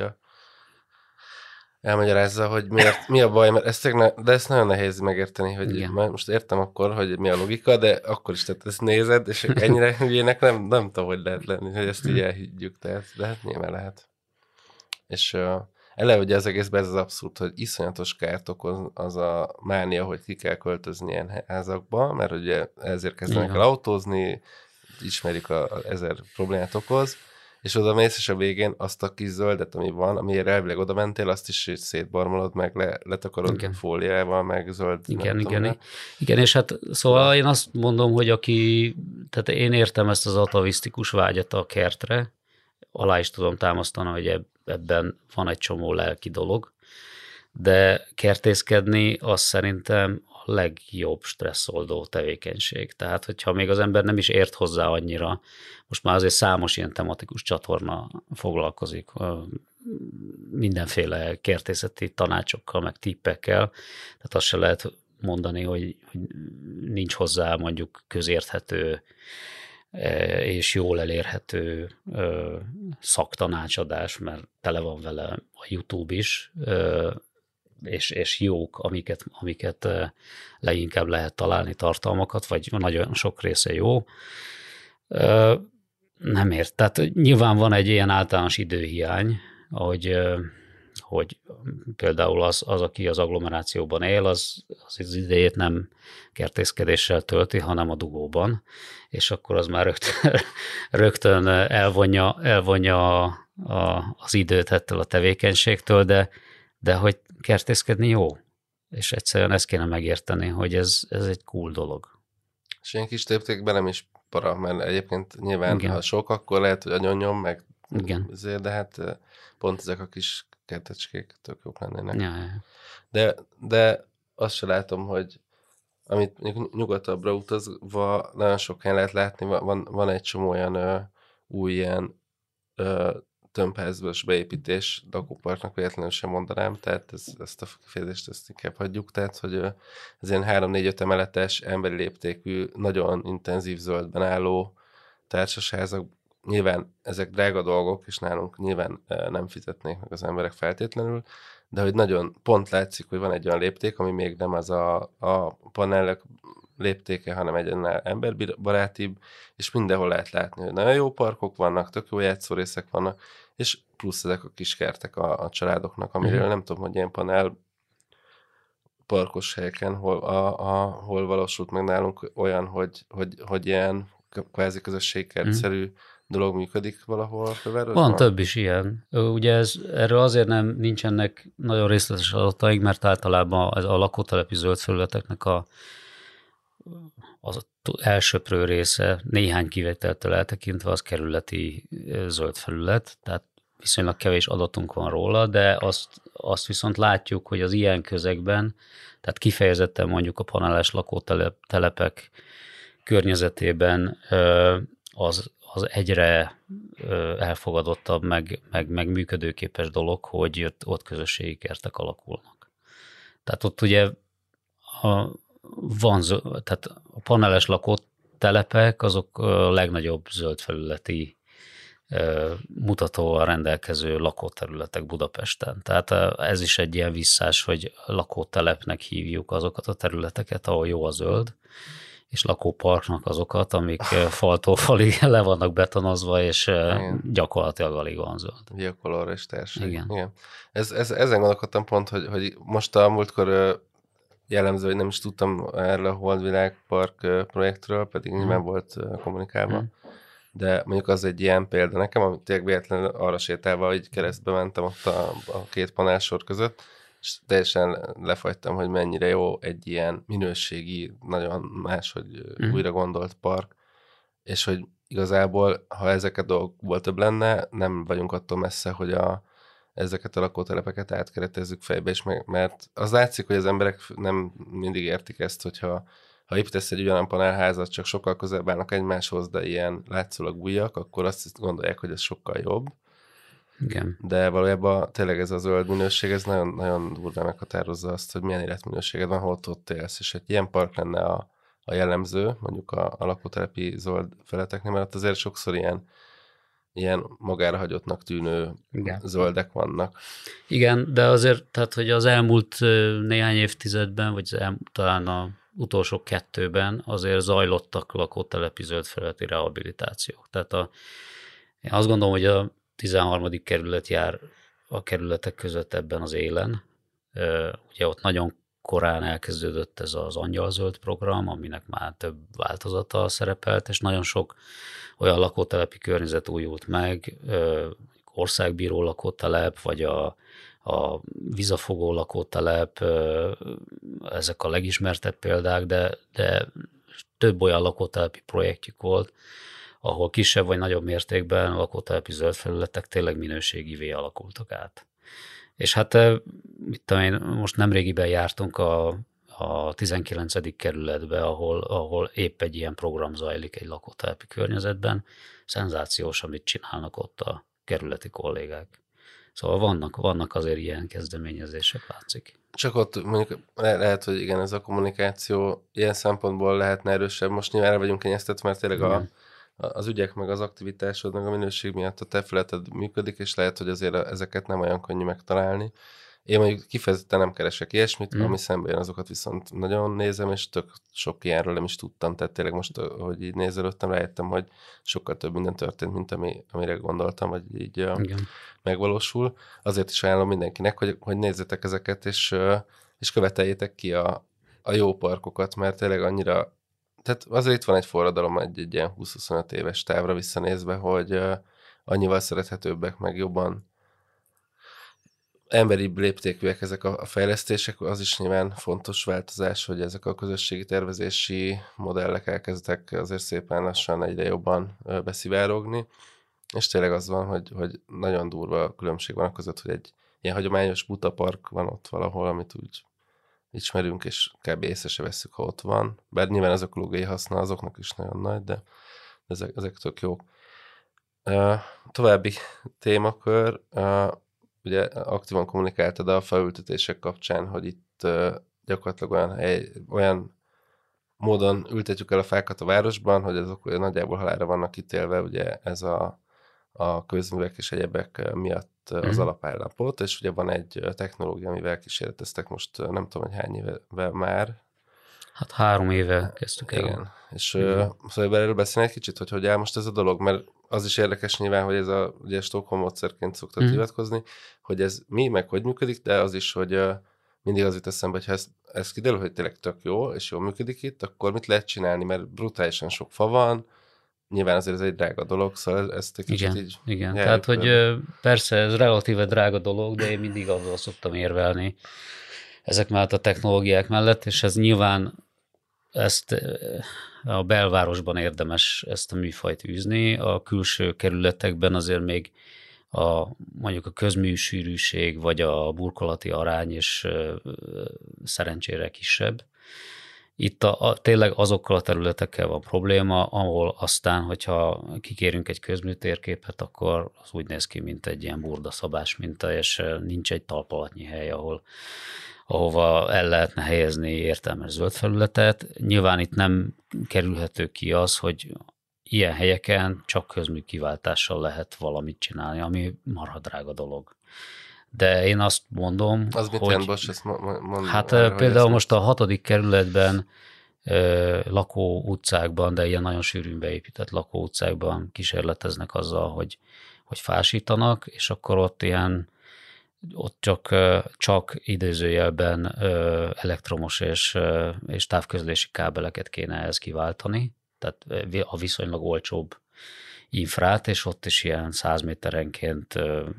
elmagyarázza, hogy mi a baj, mert de ezt nagyon nehéz megérteni, hogy most értem akkor, hogy mi a logika, de akkor is, tehát ezt nézed, és ennyire hülyének nem tudom, hogy lehet lenni, hogy ezt így elhiggyük, de hát nyilván lehet. És eleve ugye az egészben ez az abszurd, hogy iszonyatos kárt okoz az a mánia, hogy ki kell költözni ilyen házakba, mert ugye ezért kezdenek el autózni, ismerik a 1000 problémát okoz, és oda mész, és a végén azt a kis zöldet, ami van, amiért elvileg oda mentél, azt is szétbarmolod, meg letakarod fóliával, meg zöld. Igen, és hát szóval én azt mondom, hogy tehát én értem ezt az atavisztikus vágyat a kertre, alá is tudom támasztani, hogy ebben van egy csomó lelki dolog, de kertészkedni az szerintem a legjobb stresszoldó tevékenység. Tehát, hogyha még az ember nem is ért hozzá annyira, most már azért számos ilyen tematikus csatorna foglalkozik mindenféle kertészeti tanácsokkal, meg tippekkel, tehát azt se lehet mondani, hogy nincs hozzá mondjuk közérthető és jól elérhető szaktanácsadás, mert tele van vele a YouTube is, és jók, amiket leginkább lehet találni tartalmakat, vagy nagyon sok része jó. Nem ért. Tehát nyilván van egy ilyen általános időhiány, hogy például az, aki az agglomerációban él, az idejét nem kertészkedéssel tölti, hanem a dugóban, és akkor az már rögtön elvonja az időt ettől a tevékenységtől, de hogy kertészkedni jó. És egyszerűen ezt kéne megérteni, hogy ez egy cool dolog. És ilyen kis léptékben nem is para, mert egyébként nyilván, Igen. ha sok, akkor lehet, hogy agyonnyom, meg Igen. de hát pont ezek a kis kertecskék tök jók lennének. Ja. De azt se látom, hogy amit nyugatabbra utazva nagyon sok helyen lehet látni, van egy csomó olyan új ilyen tömbházas beépítés, lakóparknak véletlenül sem mondanám, tehát ezt a kifejezést ezt inkább hagyjuk, tehát hogy ez ilyen 3-4-5 emeletes, emberi léptékű, nagyon intenzív zöldben álló társasházak, nyilván ezek drága dolgok, és nálunk nyilván nem fizetnék meg az emberek feltétlenül, de hogy nagyon pont látszik, hogy van egy olyan lépték, ami még nem az a panellek léptéke, hanem egy emberbarátibb, és mindenhol lehet látni, hogy nagyon jó parkok vannak, tök jó játszórészek vannak, és plusz ezek a kis kertek a családoknak, amiről nem tudom, hogy ilyen panel parkos helyeken, hol valósult meg nálunk olyan, hogy ilyen kvázi közösségkertszerű dolog működik valahol a fővárosban? Van több is ilyen. Ugye erről azért nincsenek nagyon részletes adataink, mert általában a lakótelepi zöld felületeknek az elsöprő része, néhány kivételtől eltekintve az kerületi zöld felület, tehát viszonylag kevés adatunk van róla, de azt viszont látjuk, hogy az ilyen közegben, tehát kifejezetten mondjuk a paneles lakótelepek környezetében az egyre elfogadottabb, meg működőképes dolog, hogy ott közösségi kertek alakulnak. Tehát ott ugye tehát a paneles lakótelepek azok a legnagyobb zöldfelületi mutatóval rendelkező lakóterületek Budapesten. Tehát ez is egy ilyen visszás, hogy lakótelepnek hívjuk azokat a területeket, ahol jó a zöld, és lakóparknak azokat, amik faltól falig le vannak betonozva, és igen, gyakorlatilag alig van zöld. Viacolor és társai. Igen. Ezen gondolkodtam pont, hogy most a múltkor jellemző, hogy nem is tudtam erről a Holdvilág Park projektről, pedig nyilván volt kommunikálva. De mondjuk az egy ilyen példa nekem, amit tényleg véletlenül arra sétálva, hogy keresztbe mentem ott a két panelsor között, és teljesen lefagytam, hogy mennyire jó egy ilyen minőségi, nagyon máshogy újra gondolt park, és hogy igazából, ha ezeket dolgokból több lenne, nem vagyunk attól messze, hogy ezeket a lakótelepeket átkeretezzük fejbe, és mert az látszik, hogy az emberek nem mindig értik ezt, hogyha építesz egy ugyanolyan panelházat, csak sokkal közelebb állnak egymáshoz, de ilyen látszólag újak, akkor azt gondolják, hogy ez sokkal jobb. Igen. De valójában tényleg ez a zöld minőség, ez nagyon, nagyon durván meghatározza azt, hogy milyen életminőséged van, hol ott élsz. És egy ilyen park lenne a jellemző, mondjuk a lakótelepi zöld feleteknél, mert azért sokszor ilyen magára hagyottnak tűnő zöldek vannak. Igen, de azért, tehát, hogy az elmúlt néhány évtizedben, vagy talán a utolsó 2-ben azért zajlottak lakótelepi zöldfelületi rehabilitációk. Tehát én azt gondolom, hogy a 13. kerület jár a kerületek között ebben az élen. Ugye ott nagyon korán elkezdődött ez az angyalzöld program, aminek már több változata szerepelt, és nagyon sok olyan lakótelepi környezet újult meg, országbíró lakótelep, vagy a vizafogó lakótelep, ezek a legismertebb példák, de több olyan lakótelepi projektjük volt, ahol kisebb vagy nagyobb mértékben lakótelepi zöld felületek tényleg minőségivé alakultak át. És hát mit tudom én, most nemrégiben jártunk a 19. kerületbe, ahol épp egy ilyen program zajlik egy lakótelepi környezetben. Szenzációs, amit csinálnak ott a kerületi kollégák. Szóval vannak azért ilyen kezdeményezések, látszik. Csak ott mondjuk lehet, hogy igen, ez a kommunikáció ilyen szempontból lehetne erősebb. Most nyilván el vagyunk kényeztetve, mert tényleg az ügyek, meg az aktivitásod, meg a minőség miatt a te feleted működik, és lehet, hogy azért ezeket nem olyan könnyű megtalálni. Én mondjuk kifejezetten nem keresek ilyesmit, ami szembe jön, azokat viszont nagyon nézem, és tök sok ilyenről nem is tudtam. Tehát tényleg most, hogy így nézelődtem, rájöttem, hogy sokkal több minden történt, mint amire gondoltam, hogy így megvalósul. Azért is ajánlom mindenkinek, hogy nézzetek ezeket, és követeljétek ki a jó parkokat, mert tényleg annyira. Tehát azért itt van egy forradalom egy ilyen 20-25 éves távra visszanézve, hogy annyival szerethetőbbek, meg jobban emberibb léptékűek ezek a fejlesztések, az is nyilván fontos változás, hogy ezek a közösségi tervezési modellek elkezdtek azért szépen lassan egyre jobban beszivárogni, és tényleg az van, hogy nagyon durva különbség van között, hogy egy ilyen hagyományos butapark van ott valahol, amit úgy ismerünk, és kb. Észre se vesszük, ha ott van. Bár nyilván az ökológiai haszna azoknak is nagyon nagy, de ezek tök jók. További témakör, ugye aktívan kommunikáltad a faültetések kapcsán, hogy itt gyakorlatilag olyan módon ültetjük el a fákat a városban, hogy azok nagyjából halálra vannak ítélve, ugye ez a közművek és egyebek miatt az alapállapot, és ugye van egy technológia, amivel kísérleteztek most, nem tudom, hogy hány éve már. Hát 3 éve kezdtük el. Igen, és szóval erről beszélni egy kicsit, hogy áll most ez a dolog, mert az is érdekes nyilván, hogy ez ugye Stockholm módszerként szoktak hivatkozni, hogy ez meg hogy működik, de az is, hogy mindig az jut eszembe, hogy ha ez kiderül, hogy tényleg tök jó, és jól működik itt, akkor mit lehet csinálni, mert brutálisan sok fa van, nyilván azért ez egy drága dolog, szóval ezt egy kicsit így... Igen, tehát hogy persze ez relatíve drága dolog, de én mindig azzal szoktam érvelni ezek mellett a technológiák mellett, és ez nyilván ezt a belvárosban érdemes ezt a műfajt űzni, a külső kerületekben azért még mondjuk a közműsűrűség vagy a burkolati arány is szerencsére kisebb. Itt tényleg azokkal a területekkel van probléma, ahol aztán, hogyha kikérünk egy közműtérképet, akkor az úgy néz ki, mint egy ilyen burdaszabás minta, és nincs egy talpalatnyi hely, ahova el lehetne helyezni értelmes zöld felületet. Nyilván itt nem kerülhető ki az, hogy ilyen helyeken csak közmű kiváltással lehet valamit csinálni, ami marha drága dolog. De én azt mondom, az mit jelent, bocs, ezt hát arra, például most a 6. kerületben lakó utcákban, de ilyen nagyon sűrűn beépített lakó utcákban kísérleteznek azzal, hogy fásítanak, és akkor ott csak idézőjelben elektromos és távközlési kábeleket kéne ehhez kiváltani, tehát a viszonylag olcsóbb infrát, és ott is ilyen 100 méterenként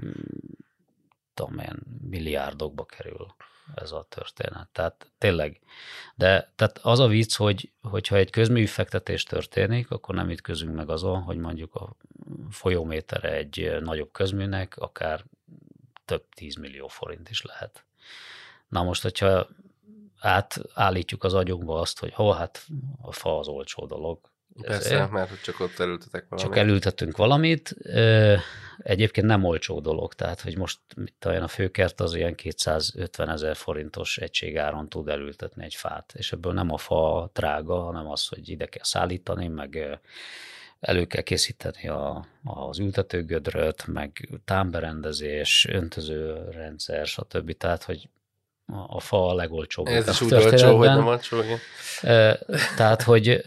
milliárdokba kerül ez a történet. Tehát tényleg. De tehát az a vicc, hogyha egy közműfektetés történik, akkor nem ütközünk meg azon, hogy mondjuk a folyómétere egy nagyobb közműnek akár több 10 millió forint is lehet. Na most, hogyha átállítjuk az agyunkba azt, hogy hát a fa az olcsó dolog. Persze, mert csak ott elültetek valamit. Csak elültetünk valamit. Egyébként nem olcsó dolog, tehát hogy most a főkert az ilyen 250 000 forintos egységáron tud elültetni egy fát, és ebből nem a fa drága, hanem az, hogy ide kell szállítani, meg elő kell készíteni az ültetőgödröt, meg támberendezés, öntözőrendszer, stb. Tehát, hogy a fa a legolcsóbb. Ez is úgy olcsó, hogy nem olcsó. Tehát,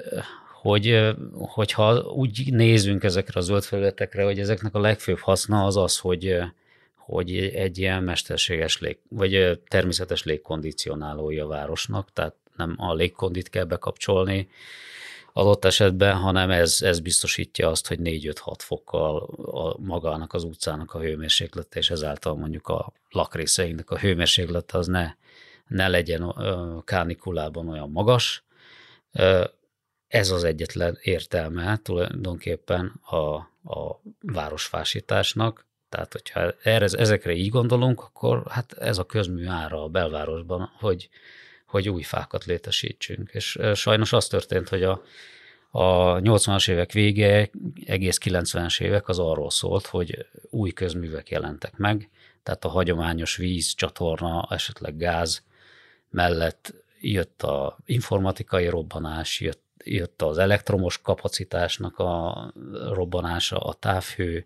hogyha úgy nézünk ezekre a zöld felületekre, hogy ezeknek a legfőbb haszna az, hogy egy ilyen mesterséges vagy természetes légkondicionálója a városnak, tehát nem a légkondit kell bekapcsolni adott esetben, hanem ez biztosítja azt, hogy 4-5-6 fokkal magának az utcának a hőmérséklete, és ezáltal mondjuk a lakrészeinknek a hőmérséklete az ne legyen kánikulában olyan magas. Ez az egyetlen értelme tulajdonképpen a városfásításnak. Tehát, hogyha ezekre így gondolunk, akkor hát ez a közmű ára a belvárosban, hogy új fákat létesítsünk. És sajnos az történt, hogy a 80-as évek vége, egész 90-es évek az arról szólt, hogy új közművek jelentek meg, tehát a hagyományos víz, csatorna, esetleg gáz mellett jött a informatikai robbanás, jött az elektromos kapacitásnak a robbanása, a távhő,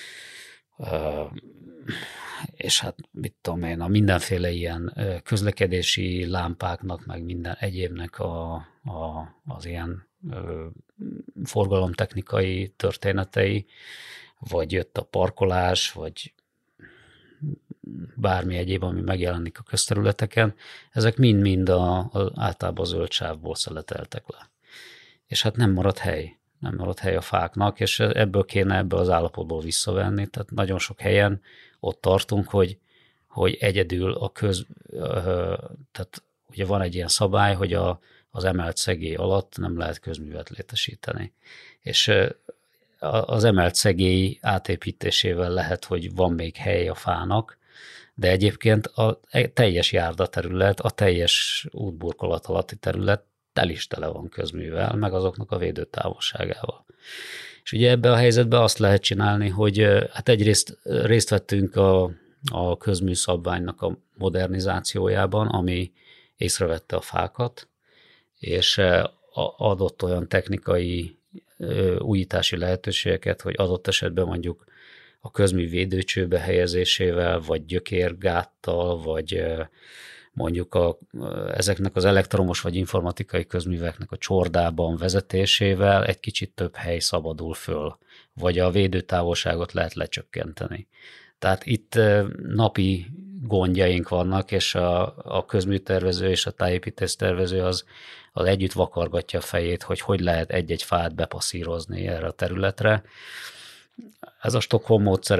és hát mit tudom én, a mindenféle ilyen közlekedési lámpáknak, meg minden egyébnek az ilyen forgalomtechnikai történetei, vagy jött a parkolás, vagy bármi egyéb, ami megjelenik a közterületeken, ezek mind-mind általában a zöld sávból szeleteltek le. És hát nem maradt hely a fáknak, és ebből az állapotból visszavenni. Tehát nagyon sok helyen ott tartunk, hogy hogy egyedül tehát ugye van egy ilyen szabály, hogy az emelt szegély alatt nem lehet közművet létesíteni. És az emelt szegély átépítésével lehet, hogy van még hely a fának, de egyébként a teljes járdaterület, a teljes útburkolat alatti terület tel is tele van közművel, meg azoknak a védőtávolságával. És ugye ebben a helyzetben azt lehet csinálni, hogy hát egyrészt részt vettünk a közműszabványnak a modernizációjában, ami észrevette a fákat, és adott olyan technikai újítási lehetőségeket, hogy adott esetben mondjuk a közmű védőcsőbe helyezésével, vagy gyökérgáttal, vagy mondjuk ezeknek az elektromos vagy informatikai közműveknek a csordában vezetésével egy kicsit több hely szabadul föl, vagy a védőtávolságot lehet lecsökkenteni. Tehát itt napi gondjaink vannak, és a közműtervező és a tájépítésztervező az együtt vakargatja a fejét, hogy lehet egy-egy fát bepasszírozni erre a területre. Ez a Stockholm módszer,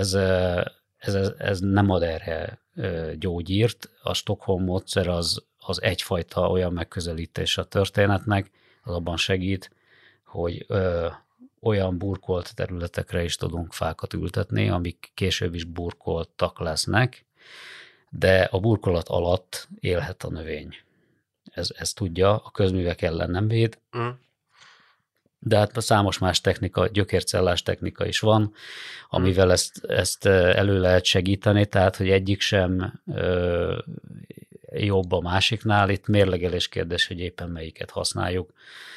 ez nem ad erre gyógyírt. A Stockholm módszer az egyfajta olyan megközelítés a történetnek, az abban segít, hogy olyan burkolt területekre is tudunk fákat ültetni, amik később is burkoltak lesznek, de a burkolat alatt élhet a növény. Ez tudja, a közművek ellen nem véd, de hát számos más technika, gyökércellás technika is van, amivel ezt elő lehet segíteni, tehát hogy egyik sem jobb a másiknál, itt mérlegelés kérdés, hogy éppen melyiket használjuk.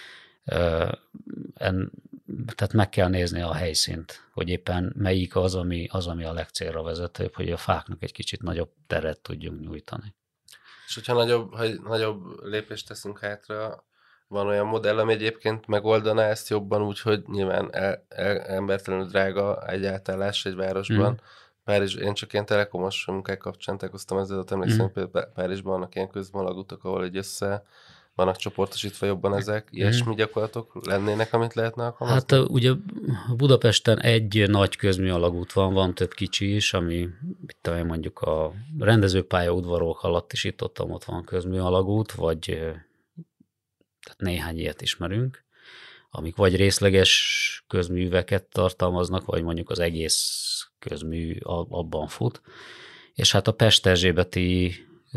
Tehát meg kell nézni a helyszínt, hogy éppen melyik az, ami a legcélra vezetőbb, hogy a fáknak egy kicsit nagyobb teret tudjunk nyújtani. És hogyha nagyobb lépést teszünk hátra, van olyan modell, ami egyébként megoldaná ezt jobban úgy, hogy nyilván embertelenül drága egy átállás egy városban. Párizs, én csak ilyen telekomos munkák kapcsán találkoztam ezzel, ott emlékszem, hogy Párizsban vannak ilyen közmalagútok, ahol egy össze vannak csoportosítva jobban ezek. Ilyesmi gyakorlatok lennének, amit lehetne alkalmazni? Hát ugye Budapesten egy nagy közműalagút van több kicsi is, ami mondjuk a rendezőpálya udvarok alatt is itt ott van közműalagút, vagy tehát néhány ilyet ismerünk, amik vagy részleges közműveket tartalmaznak, vagy mondjuk az egész közmű abban fut. És hát a Pest-Erzsébeti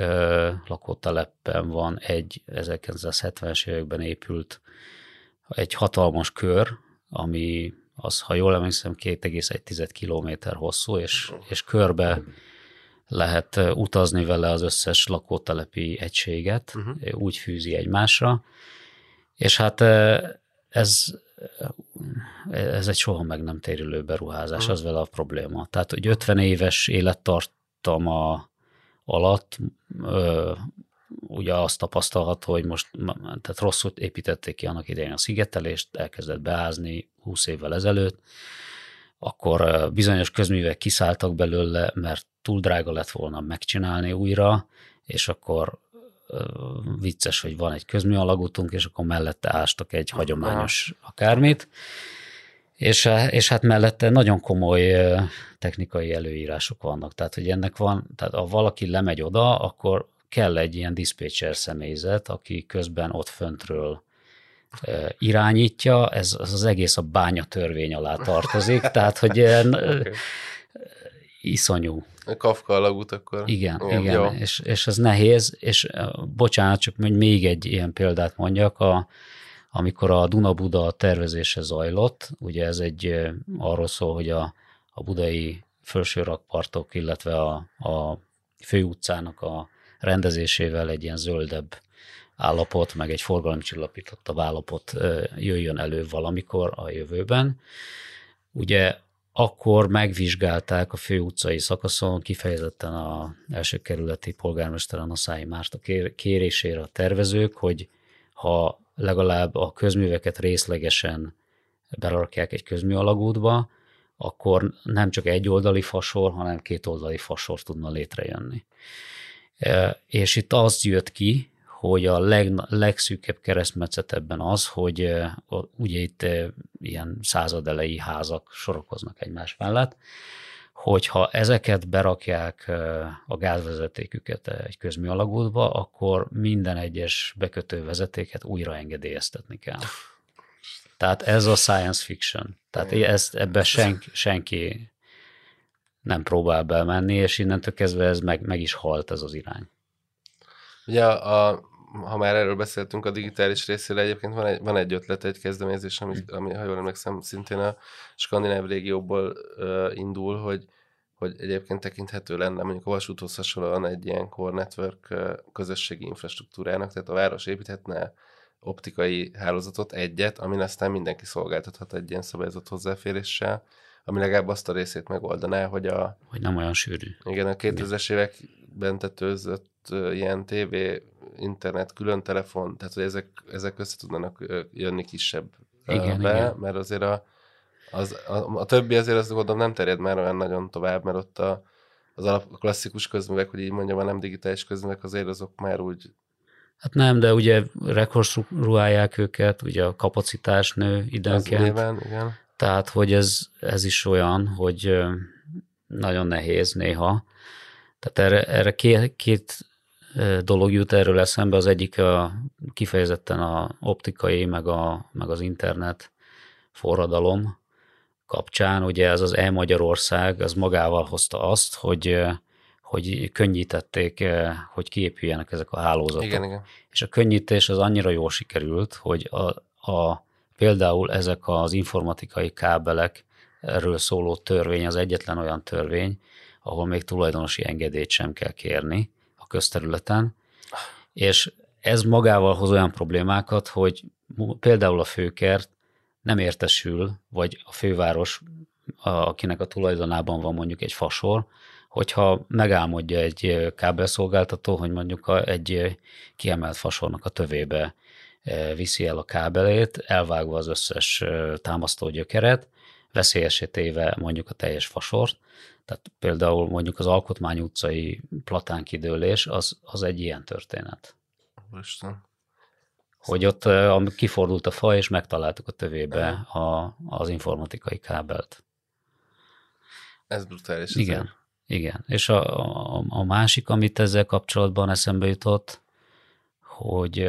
lakótelepen van egy 1970-es években épült egy hatalmas kör, ami az, ha jól emlékszem, 2,1 kilométer hosszú, és körbe lehet utazni vele az összes lakótelepi egységet, úgy fűzi egymásra, és hát ez egy soha meg nem térülő beruházás, az vele a probléma. Tehát, hogy 50 éves élettartama alatt ugye azt tapasztalható, hogy most tehát rosszul építették ki annak idején a szigetelést, elkezdett beázni 20 évvel ezelőtt, akkor bizonyos közművek kiszálltak belőle, mert túl drága lett volna megcsinálni újra, és akkor vicces, hogy van egy közműalagútunk, és akkor mellette ástak egy hagyományos akármit, és hát mellette nagyon komoly technikai előírások vannak. Tehát, hogy ennek van, tehát ha valaki lemegy oda, akkor kell egy ilyen diszpécser személyzet, aki közben ott föntről irányítja, ez az egész a bánya törvény alá tartozik, tehát, hogy iszonyú. Kafka alagút akkor. Igen. És ez nehéz, és bocsánat, csak még egy ilyen példát mondjak, amikor a Duna-Buda tervezése zajlott, ugye ez arról szól, hogy a budai felsőrakpartok, illetve a főutcának a rendezésével egy ilyen zöldebb állapot, meg egy forgalomcsillapítottabb állapot jöjjön elő valamikor a jövőben. Ugye akkor megvizsgálták a főutcai szakaszon, kifejezetten az első kerületi polgármester Anaszályi Márta kérésére a tervezők, hogy ha legalább a közműveket részlegesen berakják egy közműalagútba, akkor nem csak egy oldali fasor, hanem két oldali fasor tudna létrejönni. És itt az jött ki, hogy a legszűkebb keresztmetszet ebben az, hogy ugye itt ilyen századelei házak sorakoznak egymás mellett, hogyha ezeket berakják a gázvezetéküket egy közműalagútba, akkor minden egyes bekötő vezetéket újra engedélyeztetni kell. Tehát ez a science fiction. Tehát ebben senki nem próbál bemenni, és innentől kezdve ez meg is halt ez az irány. Ugye, ha már erről beszéltünk a digitális részére, egyébként van egy ötlet, egy kezdeményezés, ami, ha jól emlékszem, szintén a skandináv régióból indul, hogy egyébként tekinthető lenne mondjuk a vasúthoz hasonlóan egy ilyen core network közösségi infrastruktúrának, tehát a város építhetne optikai hálózatot, egyet, amin aztán mindenki szolgáltathat egy ilyen szabályozott hozzáféréssel, ami legalább azt a részét megoldaná, hogy hogy nem olyan sűrű. Igen, a 2000-es években tetőzött ilyen tévé, internet, külön telefon, tehát hogy ezek össze tudnának jönni kisebb igen. mert azért a többi azért azt gondolom nem terjed már olyan nagyon tovább, mert ott a klasszikus közművek, hogy így mondjam, a nem digitális közművek azért azok már úgy... Hát nem, de ugye rekonstruálják őket, ugye a kapacitás nő időnként. Nyilván, igen. Tehát, hogy ez is olyan, hogy nagyon nehéz néha. Tehát erre két dolog jut erről eszembe. Az egyik kifejezetten a optikai, meg az internet forradalom kapcsán. Ugye ez az E-Magyarország, az magával hozta azt, hogy könnyítették, hogy kiépüljenek ezek a hálózatok. Igen. És a könnyítés az annyira jól sikerült, hogy például ezek az informatikai kábelek, erről szóló törvény az egyetlen olyan törvény, ahol még tulajdonosi engedélyt sem kell kérni a közterületen, és ez magával hoz olyan problémákat, hogy például a főkert nem értesül, vagy a főváros, akinek a tulajdonában van mondjuk egy fasor, hogyha megálmodja egy kábelszolgáltató, hogy mondjuk egy kiemelt fasornak a tövébe viszi el a kábelét, elvágva az összes támasztó gyökeret, veszélyessé téve mondjuk a teljes fasort. Tehát például mondjuk az Alkotmány utcai platánkidőlés az egy ilyen történet. Isten. Hogy ott kifordult a fa, és megtaláltuk a tövébe az informatikai kábelt. Ez brutális. Igen. És a másik, amit ezzel kapcsolatban eszembe jutott, hogy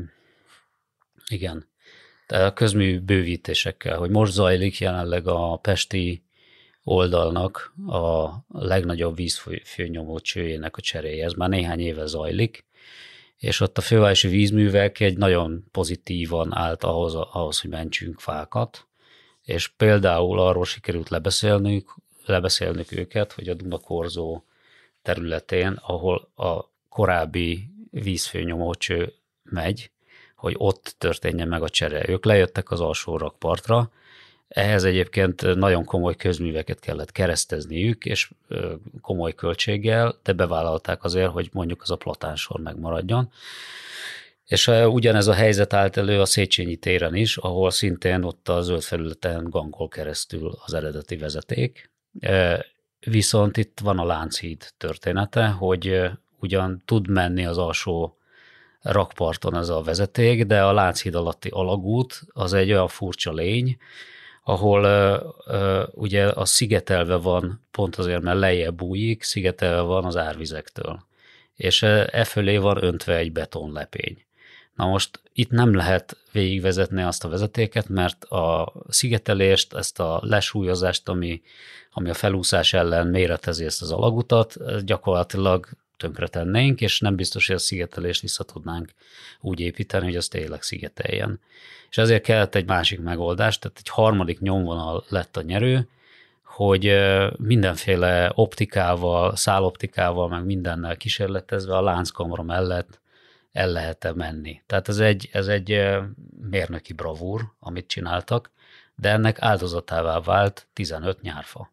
igen, a közmű bővítésekkel, hogy most zajlik jelenleg a pesti oldalnak a legnagyobb vízfőnyomó csőjének a cseréje. Ez már néhány éve zajlik, és ott a fővárosi vízművek egy nagyon pozitívan állt ahhoz, hogy mentsünk fákat, és például arról sikerült lebeszélnünk őket, hogy a Dunakorzó területén, ahol a korábbi vízfőnyomócső megy, hogy ott történjen meg a csere. Ők lejöttek az alsó rakpartra, ehhez egyébként nagyon komoly közműveket kellett keresztezniük, és komoly költséggel, de bevállalták azért, hogy mondjuk az a platánsor megmaradjon. És ugyanez a helyzet állt elő a Széchenyi téren is, ahol szintén ott a zöld felületen gangol keresztül az eredeti vezeték. Viszont itt van a Lánchíd története, hogy ugyan tud menni az alsó rakparton ez a vezeték, de a Lánchíd alatti alagút az egy olyan furcsa lény, ahol ugye a szigetelve van, pont azért, mert lejjebb bújik, szigetelve van az árvizektől. És fölé van öntve egy betonlepény. Na most itt nem lehet végigvezetni azt a vezetéket, mert a szigetelést, ezt a lesúlyozást, ami a felúszás ellen méretezi ezt az alagutat, gyakorlatilag tönkretennénk, és nem biztos, hogy a szigetelést vissza tudnánk úgy építeni, hogy az tényleg szigeteljen. És ezért kellett egy másik megoldás, tehát egy harmadik nyomvonal lett a nyerő, hogy mindenféle optikával, száloptikával, meg mindennel kísérletezve a lánckamra mellett el lehet-e menni. Tehát ez egy mérnöki bravúr, amit csináltak, de ennek áldozatává vált 15 nyárfa.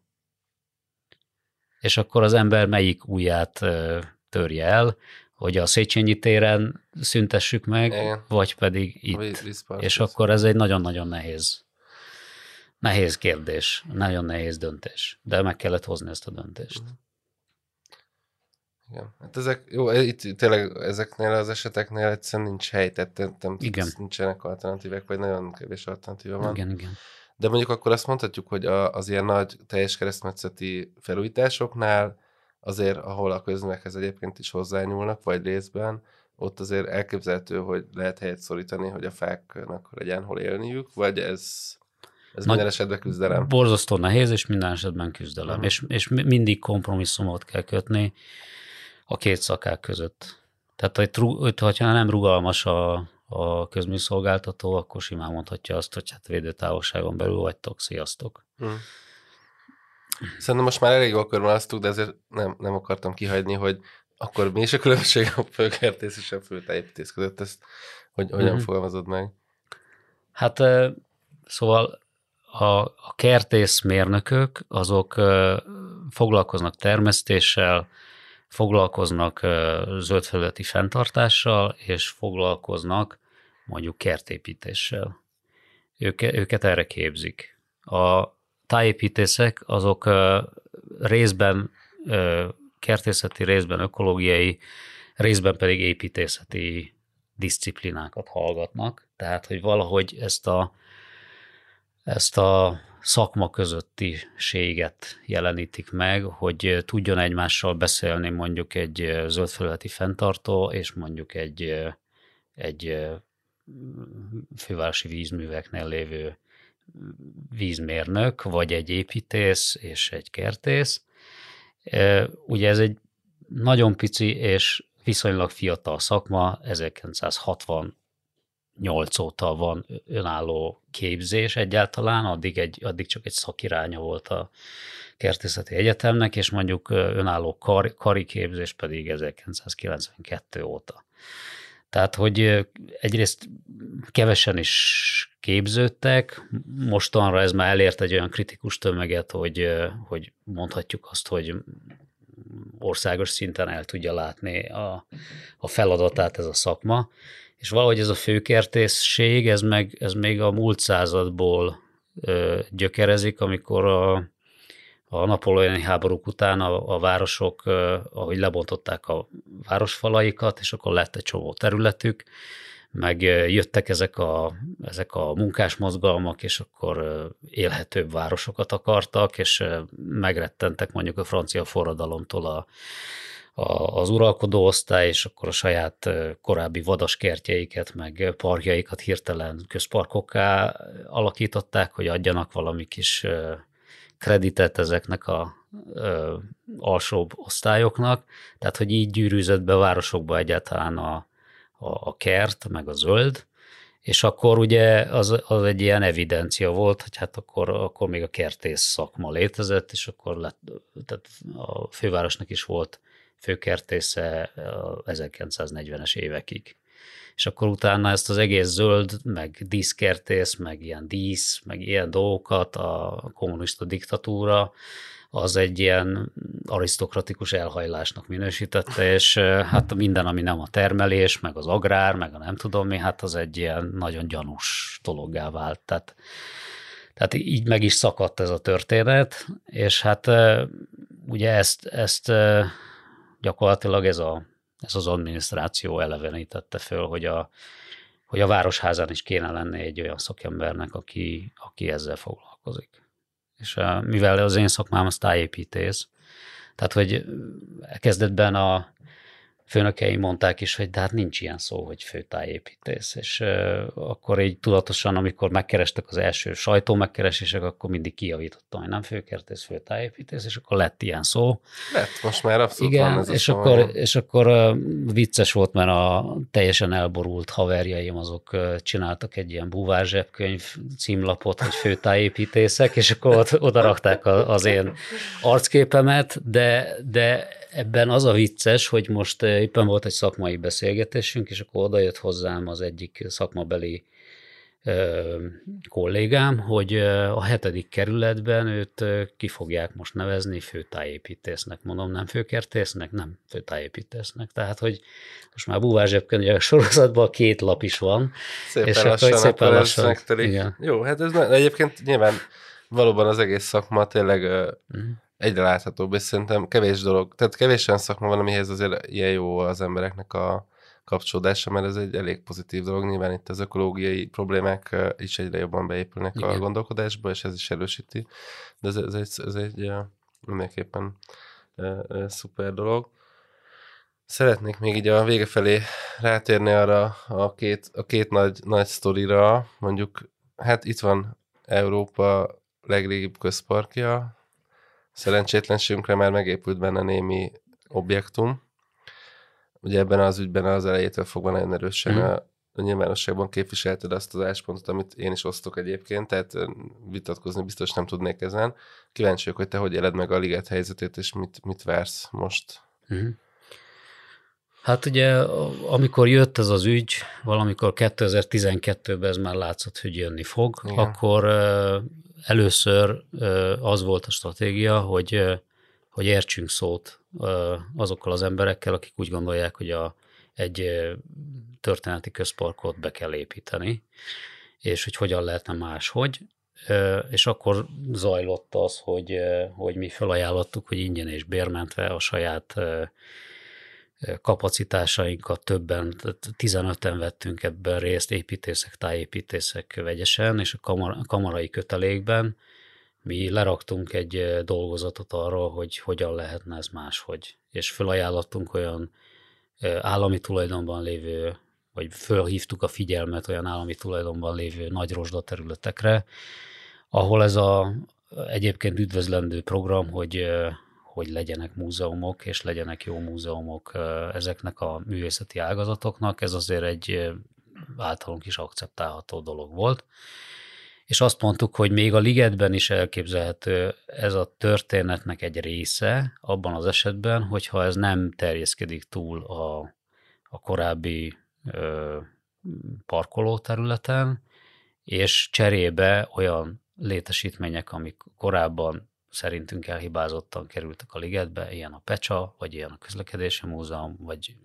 És akkor az ember melyik ujját törje el, hogy a Széchenyi téren szüntessük meg, igen, vagy pedig itt. És akkor ez egy nagyon-nagyon nehéz kérdés, nagyon nehéz döntés. De meg kellett hozni ezt a döntést. Igen. Hát itt tényleg ezeknél az eseteknél egyszerűen nincs hely, tehát nincsenek alternatívek, vagy nagyon kevés alternatíva van. Igen. De mondjuk akkor azt mondhatjuk, hogy az ilyen nagy teljes keresztmetszeti felújításoknál azért, ahol a közművekhez egyébként is hozzányúlnak, vagy részben, ott azért elképzelhető, hogy lehet helyet szorítani, hogy a fáknak legyen hol élniük, vagy ez minden esetben küzdelem? Borzasztó nehéz, és minden esetben küzdelem. És mindig kompromisszumot kell kötni a két szakák között. Tehát, hogyha nem rugalmas a közműszolgáltató, akkor simán mondhatja azt, hogy hát védőtávolságon belül vagytok, sziasztok. Szerintem most már elég jól körvonalaztuk, de ezért nem akartam kihagyni, hogy akkor mi is a különbség a főkertész és a főtájépítész között, ezt hogyan fogalmazod meg? Hát szóval a kertészmérnökök azok foglalkoznak termesztéssel, foglalkoznak zöldfelületi fenntartással, és foglalkoznak mondjuk kertépítéssel. Őket erre képzik. A tájépítészek azok részben kertészeti, részben ökológiai, részben pedig építészeti diszciplinákat hallgatnak. Tehát, hogy valahogy ezt a szakma közöttiséget jelenítik meg, hogy tudjon egymással beszélni mondjuk egy zöldfelületi fenntartó, és mondjuk egy fővárosi vízműveknél lévő vízmérnök, vagy egy építész és egy kertész. Ugye ez egy nagyon pici és viszonylag fiatal szakma, 1968 óta van önálló képzés egyáltalán, addig csak egy szakiránya volt a Kertészeti Egyetemnek, és mondjuk önálló kari képzés pedig 1992 óta. Tehát, hogy egyrészt kevesen is képződtek, mostanra ez már elért egy olyan kritikus tömeget, hogy mondhatjuk azt, hogy országos szinten el tudja látni a feladatát ez a szakma, és valahogy ez a főkertészség, ez még a múlt századból gyökerezik, amikor a napóleoni háborúk után a városok, ahogy lebontották a városfalaikat, és akkor lett egy csomó területük, meg jöttek ezek a munkásmozgalmak, és akkor élhetőbb városokat akartak, és megrettentek mondjuk a francia forradalomtól az uralkodó osztály, és akkor a saját korábbi vadaskertjeiket, meg parkjaikat hirtelen közparkokká alakították, hogy adjanak valami kis kreditet ezeknek a alsóbb osztályoknak. Tehát, hogy így gyűrűzött be a városokba egyáltalán a kert, meg a zöld, és akkor ugye az egy ilyen evidencia volt, hogy hát akkor még a kertész szakma létezett, és akkor tehát a fővárosnak is volt főkertésze 1940-es évekig. És akkor utána ezt az egész zöld, meg díszkertész, meg ilyen dolgokat a kommunista diktatúra, az egy ilyen arisztokratikus elhajlásnak minősítette, és hát minden, ami nem a termelés, meg az agrár, meg a nem tudom mi, hát az egy ilyen nagyon gyanús dologgá vált. Tehát így meg is szakadt ez a történet, és hát ugye ezt gyakorlatilag ez az adminisztráció elevenítette föl, hogy a városházán is kéne lenni egy olyan szakembernek, aki ezzel foglalkozik. És mivel az én szakmám az tájépítész, tehát hogy kezdetben a főnökeim mondták is, hogy de hát nincs ilyen szó, hogy főtájépítész, és akkor így tudatosan, amikor megkerestek az első sajtómegkeresések, akkor mindig kijavítottam, hogy nem főkertész, főtájépítész, és akkor lett ilyen szó. Lett, most már abszolút igen, van ez és akkor vicces volt, mert a teljesen elborult haverjaim azok csináltak egy ilyen búvár zsebkönyv címlapot, hogy főtájépítészek, és akkor oda rakták az én arcképemet, de ebben az a vicces, hogy most éppen volt egy szakmai beszélgetésünk, és akkor odajött hozzám az egyik szakmabeli kollégám, hogy a 7. kerületben őt ki fogják most nevezni főtájépítésznek. Mondom, nem főkertésznek? Nem, főtájépítésznek. Tehát, hogy most már búvár zsebkönyv sorozatban 2 lap is van. Szépen és lassan, akkor ez megtelik. Jó, hát ez egyébként nyilván valóban az egész szakma tényleg egyre láthatóbb, és szerintem kevés dolog, tehát kevés olyan szakma van, amihez azért ilyen jó az embereknek a kapcsolódása, mert ez egy elég pozitív dolog. Nyilván itt az ökológiai problémák is egyre jobban beépülnek a gondolkodásba, és ez is erősíti. De ez egy mindenképpen szuper dolog. Szeretnék még így a vége felé rátérni arra a két nagy sztorira. Mondjuk, hát itt van Európa legrégibb közparkja. Szerencsétlenségünkre már megépült benne némi objektum. Ugye ebben az ügyben az elejétől fogva nagyon erősen a nyilvánosságban képviselted azt az álláspontot, amit én is osztok egyébként, tehát vitatkozni biztos nem tudnék ezen. Kíváncsi vagyok, hogy te hogy éled meg a liget helyzetét, és mit vársz most? Hát ugye, amikor jött ez az ügy, valamikor 2012-ben ez már látszott, hogy jönni fog, igen. Akkor először az volt a stratégia, hogy értsünk szót azokkal az emberekkel, akik úgy gondolják, hogy egy történeti közparkot be kell építeni, és hogy hogyan lehetne máshogy. És akkor zajlott az, hogy mi felajánlottuk, hogy ingyen és bérmentve a saját kapacitásainkat többen, 15-en vettünk ebben részt, építészek, tájépítészek vegyesen, és a kamarai kötelékben mi leraktunk egy dolgozatot arról, hogy hogyan lehetne ez máshogy. És felajánlottunk olyan állami tulajdonban lévő, vagy fölhívtuk a figyelmet olyan állami tulajdonban lévő nagy rozsdaterületekre, ahol ez egyébként üdvözlendő program, hogy legyenek múzeumok, és legyenek jó múzeumok ezeknek a művészeti ágazatoknak, ez azért egy általunk is akceptálható dolog volt. És azt mondtuk, hogy még a ligetben is elképzelhető ez a történetnek egy része, abban az esetben, hogyha ez nem terjeszkedik túl a korábbi parkolóterületen, és cserébe olyan létesítmények, amik korábban szerintünk elhibázottan kerültek a ligetbe, ilyen a Pecsa, vagy ilyen a Közlekedési Múzeum, vagy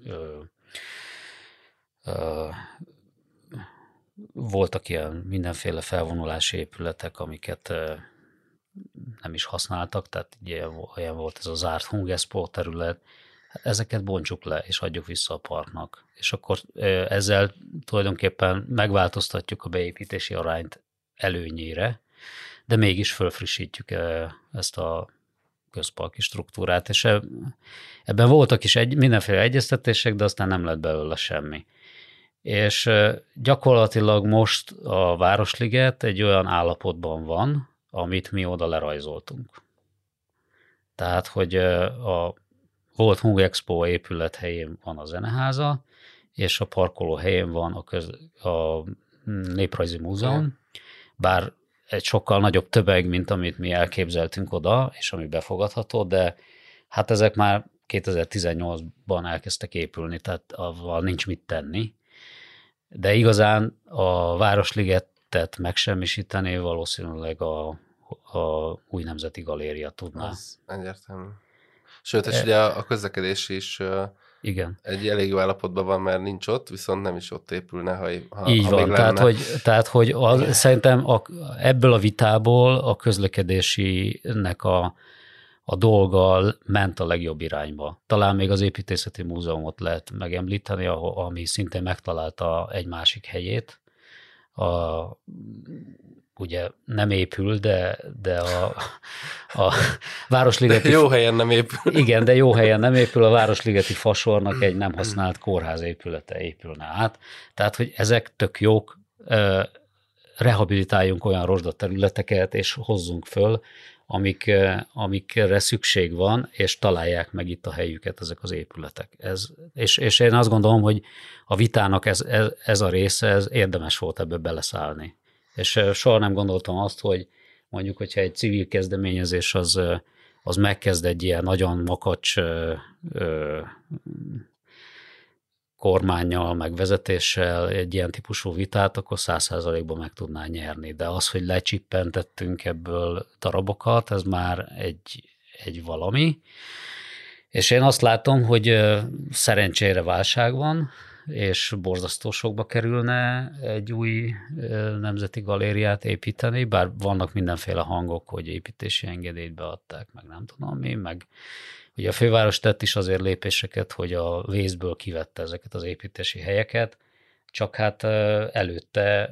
voltak ilyen mindenféle felvonulási épületek, amiket nem is használtak, tehát olyan volt ez a zárt Hungespo terület. Ezeket bontsuk le, és adjuk vissza a parknak. És akkor ezzel tulajdonképpen megváltoztatjuk a beépítési arányt előnyére, de mégis fölfrissítjük ezt a közparki struktúrát, és ebben voltak is mindenféle egyeztetések, de aztán nem lett belőle semmi. És gyakorlatilag most a Városliget egy olyan állapotban van, amit mi oda lerajzoltunk. Tehát, hogy a volt Hungexpo épület helyén van a zeneháza, és a parkoló helyén van a Néprajzi Múzeum, bár egy sokkal nagyobb tömeg, mint amit mi elképzeltünk oda, és ami befogadható, de hát ezek már 2018-ban elkezdtek épülni, tehát avval nincs mit tenni. De igazán a Városligetet megsemmisíteni valószínűleg a új Nemzeti Galéria tudná. Ez egyértelmű. Sőt, és ugye a közlekedés is igen. egy elég jó állapotban van, mert nincs ott, viszont nem is ott épülne, ha így ha van, tehát hogy szerintem ebből a vitából a közlekedésinek a dolga ment a legjobb irányba. Talán még az Építészeti Múzeumot lehet megemlíteni, ami szintén megtalálta egy másik helyét. Ugye nem épül, de a Városligeti... Jó helyen nem épül. Igen, de jó helyen nem épül, a Városligeti Fasornak egy nem használt kórház épülete épülne át. Tehát, hogy ezek tök jók, rehabilitáljunk olyan rozsdaterületeket, és hozzunk föl, amikre szükség van, és találják meg itt a helyüket ezek az épületek. És én azt gondolom, hogy a vitának ez a része, ez érdemes volt ebbe beleszállni. És soha nem gondoltam azt, hogy mondjuk, hogyha egy civil kezdeményezés az megkezd egy ilyen nagyon makacs kormánnyal, meg vezetéssel egy ilyen típusú vitát, akkor 100%-ban meg tudná nyerni. De az, hogy lecsippentettünk ebből darabokat, ez már egy valami. És én azt látom, hogy szerencsére válság van, és borzasztó sokba kerülne egy új nemzeti galériát építeni, bár vannak mindenféle hangok, hogy építési engedélyt beadták, meg nem tudom mi, meg Ugye a főváros tett is azért lépéseket, hogy a vészből kivette ezeket az építési helyeket, csak hát előtte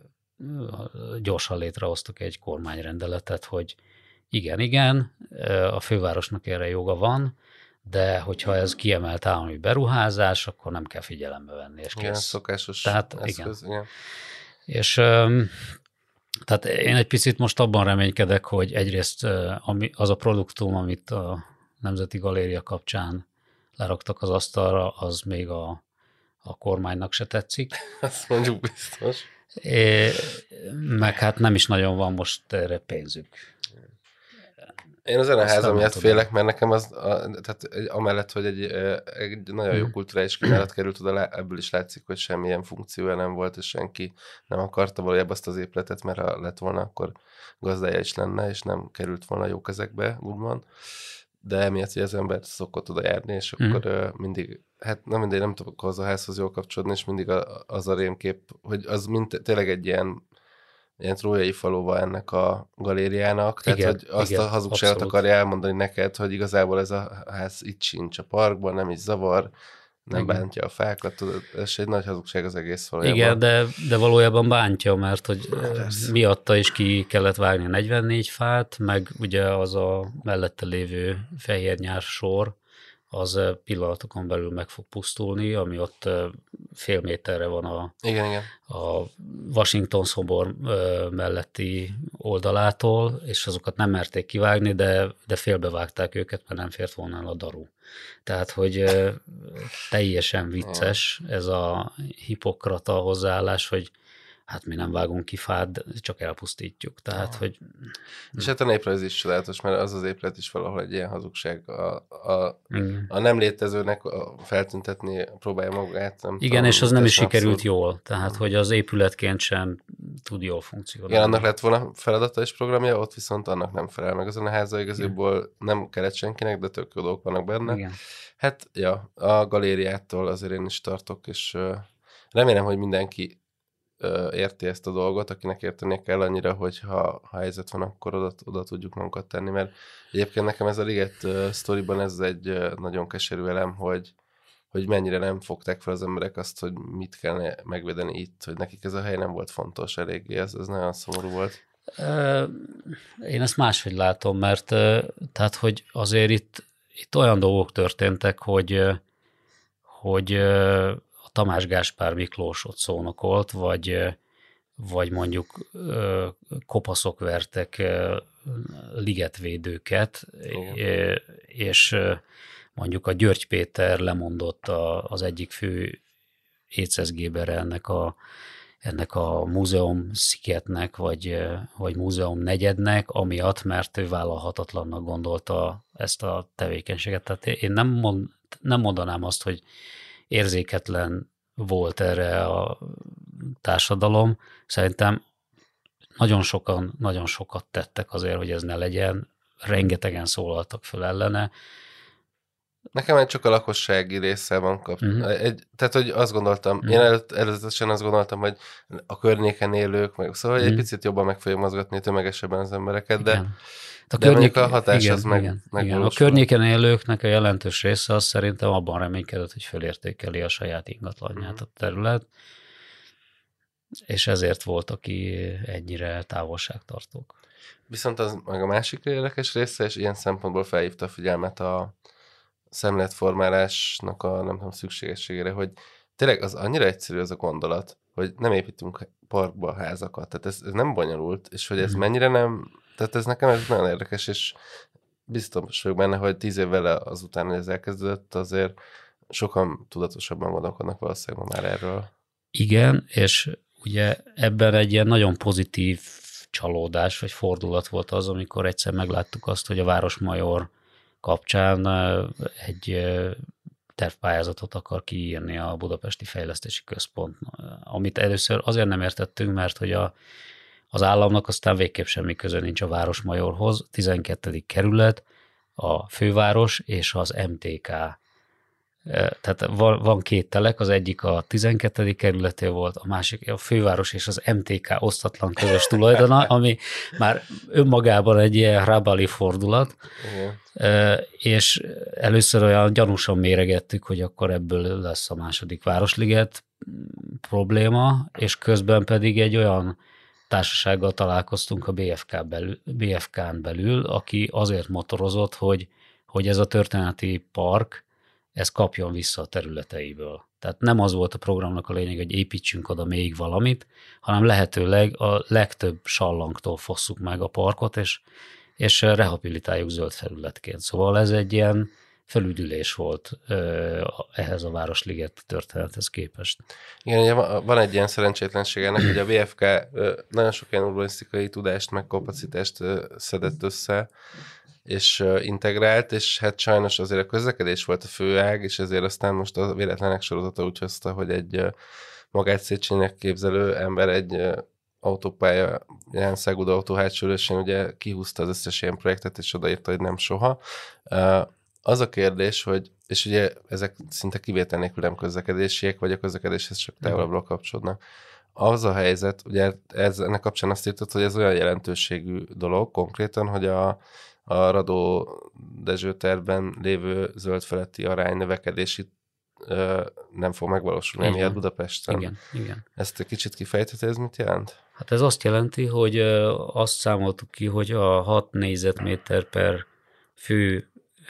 gyorsan létrehoztak egy kormányrendeletet, hogy igen, a fővárosnak erre joga van, de hogyha ez kiemelt állami beruházás, akkor nem kell figyelembe venni, és kész. Igen, szokásos Tehát, eszköz, igen. És tehát én egy picit most abban reménykedek, hogy egyrészt az a produktum, amit a Nemzeti Galéria kapcsán leraktak az asztalra, az még a kormánynak se tetszik. Azt mondjuk biztos. Meg hát nem is nagyon van most erre pénzük. Én az zeneházam miatt félek, mert nekem az, tehát amellett, hogy egy nagyon jó kulturális kínálat került oda, ebből is látszik, hogy semmilyen funkciója nem volt, és senki nem akarta valójában azt az épületet, mert ha lett volna, akkor gazdája is lenne, és nem került volna jó kezekbe, úgymond. De emiatt, hogy az ember szokott oda járni, és akkor mindig, hát nem tudok hozzá a házhoz jól kapcsolódni, és mindig az a rémkép, hogy az tényleg egy ilyen trójai falóva ennek a galériának, tehát igen, hogy azt igen, a hazugságot abszolút. akarja elmondani neked, hogy igazából ez a ház itt sincs a parkban, nem is zavar, nem igen. bántja a fákat, tudod, ez egy nagy hazugság az egész valójában. Igen, de valójában bántja, mert hogy miatta is ki kellett vágni 44 fát, meg ugye az a mellette lévő fehérnyár sor, az pillanatokon belül meg fog pusztulni, ami ott fél méterre van a Washington szobor melletti oldalától, és azokat nem merték kivágni, de félbevágták őket, mert nem fért volna el a daru. Tehát, hogy teljesen vicces ez a hipokrata hozzáállás, hogy hát mi nem vágunk ki fát, csak elpusztítjuk. Tehát, hogy... És hát a néprajz is csodálatos, mert az épület is valahol egy ilyen hazugság. A nem létezőnek feltüntetni próbálja magát. Igen, és az nem is sikerült jól. Tehát, hogy az épületként sem tud jól funkcionálni. Igen, annak lett volna feladata és programja, ott viszont annak nem felel meg. Azon a háza igazából nem kellett senkinek, de tök jó dolgok vannak benne. Igen. Hát, ja, a galériától azért én is tartok, és remélem, hogy mindenki érti ezt a dolgot, akinek értenie kell annyira, hogy ha helyzet van, akkor oda tudjuk magunkat tenni, mert egyébként nekem ez a Liget sztoriban ez egy nagyon keserű elem, hogy mennyire nem fogták fel az emberek azt, hogy mit kellene megvédeni itt, hogy nekik ez a hely nem volt fontos eléggé, ez nagyon szomorú volt. Én ezt máshogy látom, mert tehát, hogy azért itt olyan dolgok történtek, hogy a Tamás Gáspár Miklós ott szónokolt, vagy mondjuk kopaszok vertek ligetvédőket, és mondjuk a György Péter lemondott az egyik fő éceszgébere ennek a múzeum szigetnek, vagy múzeum negyednek, amiatt, mert ő vállalhatatlannak gondolta ezt a tevékenységet. Tehát én nem mondanám azt, hogy érzéketlen volt erre a társadalom. Szerintem nagyon sokat tettek azért, hogy ez ne legyen. Rengetegen szólaltak föl ellene. Nekem egy csak a lakossági résszel van tehát, hogy azt gondoltam, én előzetesen azt gondoltam, hogy a környéken élők, meg szóval egy picit jobban meg fogja mozgatni tömegesebben az embereket, de mondjuk a hatás az megvalósul. A környéken élőknek a jelentős része az szerintem abban reménykedett, hogy fölértékeli a saját ingatlanját a terület, és ezért volt, aki ennyire távolságtartók. Viszont az meg a másik érdekes része, és ilyen szempontból felhívta a figyelmet a szemléletformálásnak a nem tudom szükségességére, hogy tényleg az annyira egyszerű ez a gondolat, hogy nem építünk parkba házakat, tehát ez nem bonyolult, és hogy ez mennyire nem, tehát ez nekem ez nagyon érdekes, és biztos vagyok benne, hogy 10 évvel azután, hogy ez elkezdődött, azért sokan tudatosabban gondolkodnak valószínűleg már erről. Igen, és ugye ebben egy ilyen nagyon pozitív csalódás, vagy fordulat volt az, amikor egyszer megláttuk azt, hogy a Városmajor kapcsán egy tervpályázatot akar kiírni a Budapesti Fejlesztési Központ, amit először azért nem értettünk, mert hogy az államnak aztán végképp semmi köze nincs a Városmajorhoz, 12. kerület, a főváros és az MTK Tehát van két telek, az egyik a 12. kerületé volt, a másik a főváros és az MTK osztatlan közös tulajdona, ami már önmagában egy ilyen rábali fordulat, Igen. És először olyan gyanúsan méregettük, hogy akkor ebből lesz a második Városliget probléma, és közben pedig egy olyan társasággal találkoztunk a BFK-n belül, aki azért motorozott, hogy ez a történeti park, ez kapjon vissza a területeiből. Tehát nem az volt a programnak a lényeg, hogy építsünk oda még valamit, hanem lehetőleg a legtöbb sallangtól fosszuk meg a parkot, és rehabilitáljuk zöld felületként. Szóval ez egy ilyen felüdülés volt ehhez a Városliget történethez képest. Igen, ugye van egy ilyen szerencsétlenség ennek, hogy a VFK nagyon sok ilyen urbanisztikai tudást, meg kapacitást szedett össze, és integrált, és hát sajnos azért a közlekedés volt a főág, és ezért aztán most a véletlenek sorozata úgy hozta, hogy egy magát Széchenyinek képzelő ember egy autópálya, ilyen Száguda autó hátsó ülésén ugye kihúzta az összes ilyen projektet, és odaírta, hogy nem soha. Az a kérdés, hogy, és ugye ezek szinte kivétel nélkül nem közlekedésiek, vagy a közlekedéshez csak távolabbra kapcsolódnak. Az a helyzet, ugye ennek kapcsán azt írtad, hogy ez olyan jelentőségű dolog konkrétan, hogy a Radó Dezső tervben lévő zöld feletti arány növekedési nem fog megvalósulni, emiatt Budapesten. Igen. Ezt egy kicsit kifejthető, ez mit jelent? Hát ez azt jelenti, hogy azt számoltuk ki, hogy a 6 négyzetméter per fő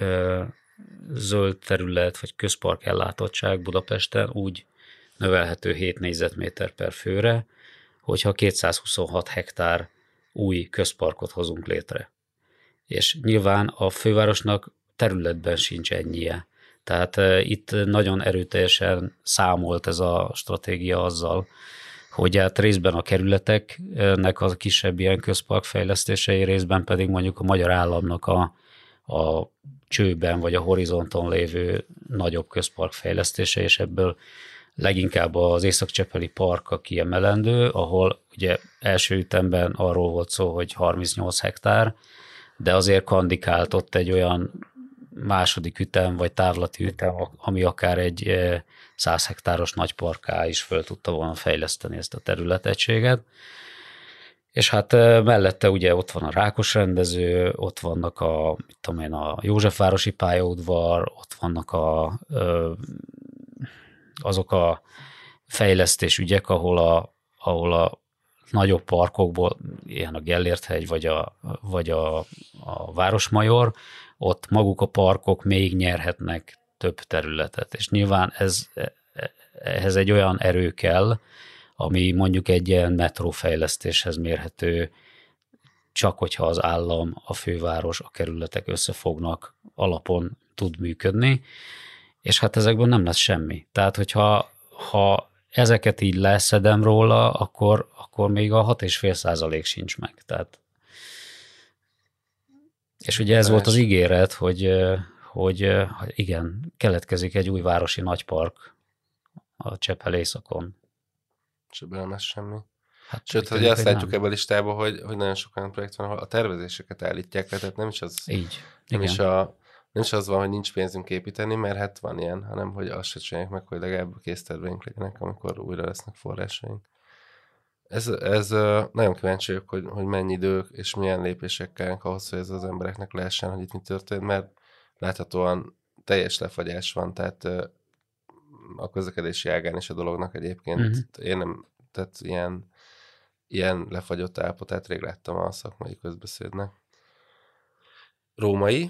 zöld terület, vagy közpark ellátottság Budapesten úgy növelhető 7 négyzetméter per főre, hogyha 226 hektár új közparkot hozunk létre. És nyilván a fővárosnak területben sincs ennyie. Tehát itt nagyon erőteljesen számolt ez a stratégia azzal, hogy hát részben a kerületeknek a kisebb ilyen közparkfejlesztései, részben pedig mondjuk a magyar államnak a csőben vagy a horizonton lévő nagyobb közparkfejlesztése, és ebből leginkább az Északcsepeli park a kiemelendő, ahol ugye első ütemben arról volt szó, hogy 38 hektár, de azért kandikált ott egy olyan második ütem, vagy távlati ütem, ami akár egy 100 hektáros nagy parkká is föl tudta volna fejleszteni ezt a területegységet. És hát mellette ugye ott van a Rákos rendező, ott vannak a Józsefvárosi pályaudvar, ott vannak azok a fejlesztésügyek, ahol a nagyobb parkokból, ilyen a Gellért-hegy vagy a Városmajor, ott maguk a parkok még nyerhetnek több területet. És nyilván ehhez egy olyan erő kell, ami mondjuk egy ilyen metrófejlesztéshez mérhető, csak hogyha az állam, a főváros, a kerületek összefognak, alapon tud működni, és hát ezekből nem lesz semmi. Tehát, hogyha ezeket így leszedem róla, akkor még a 6,5% sincs meg. Tehát, és ugye ez volt az ígéret, hogy igen, keletkezik egy új városi nagypark a Cseppel északon. És ebből nem lesz semmi. Hát, sőt, hogy azt látjuk ebben a listából, hogy nagyon sok olyan projekt van, ahol a tervezéseket állítják le, tehát nem is az, így, nem is az van, hogy nincs pénzünk építeni, mert hát van ilyen, hanem hogy azt se csinálják meg, hogy legalább készterveink legyenek, amikor újra lesznek forrásaink. Ez nagyon kíváncsi vagyok, hogy mennyi idő és milyen lépések kellene ahhoz, hogy ez az embereknek lehessen, hogy itt mi történt, mert láthatóan teljes lefagyás van, tehát a közlekedési ágán is a dolognak egyébként én nem, tehát ilyen lefagyott állapotát rég láttam a szakmai közbeszédnek. Római.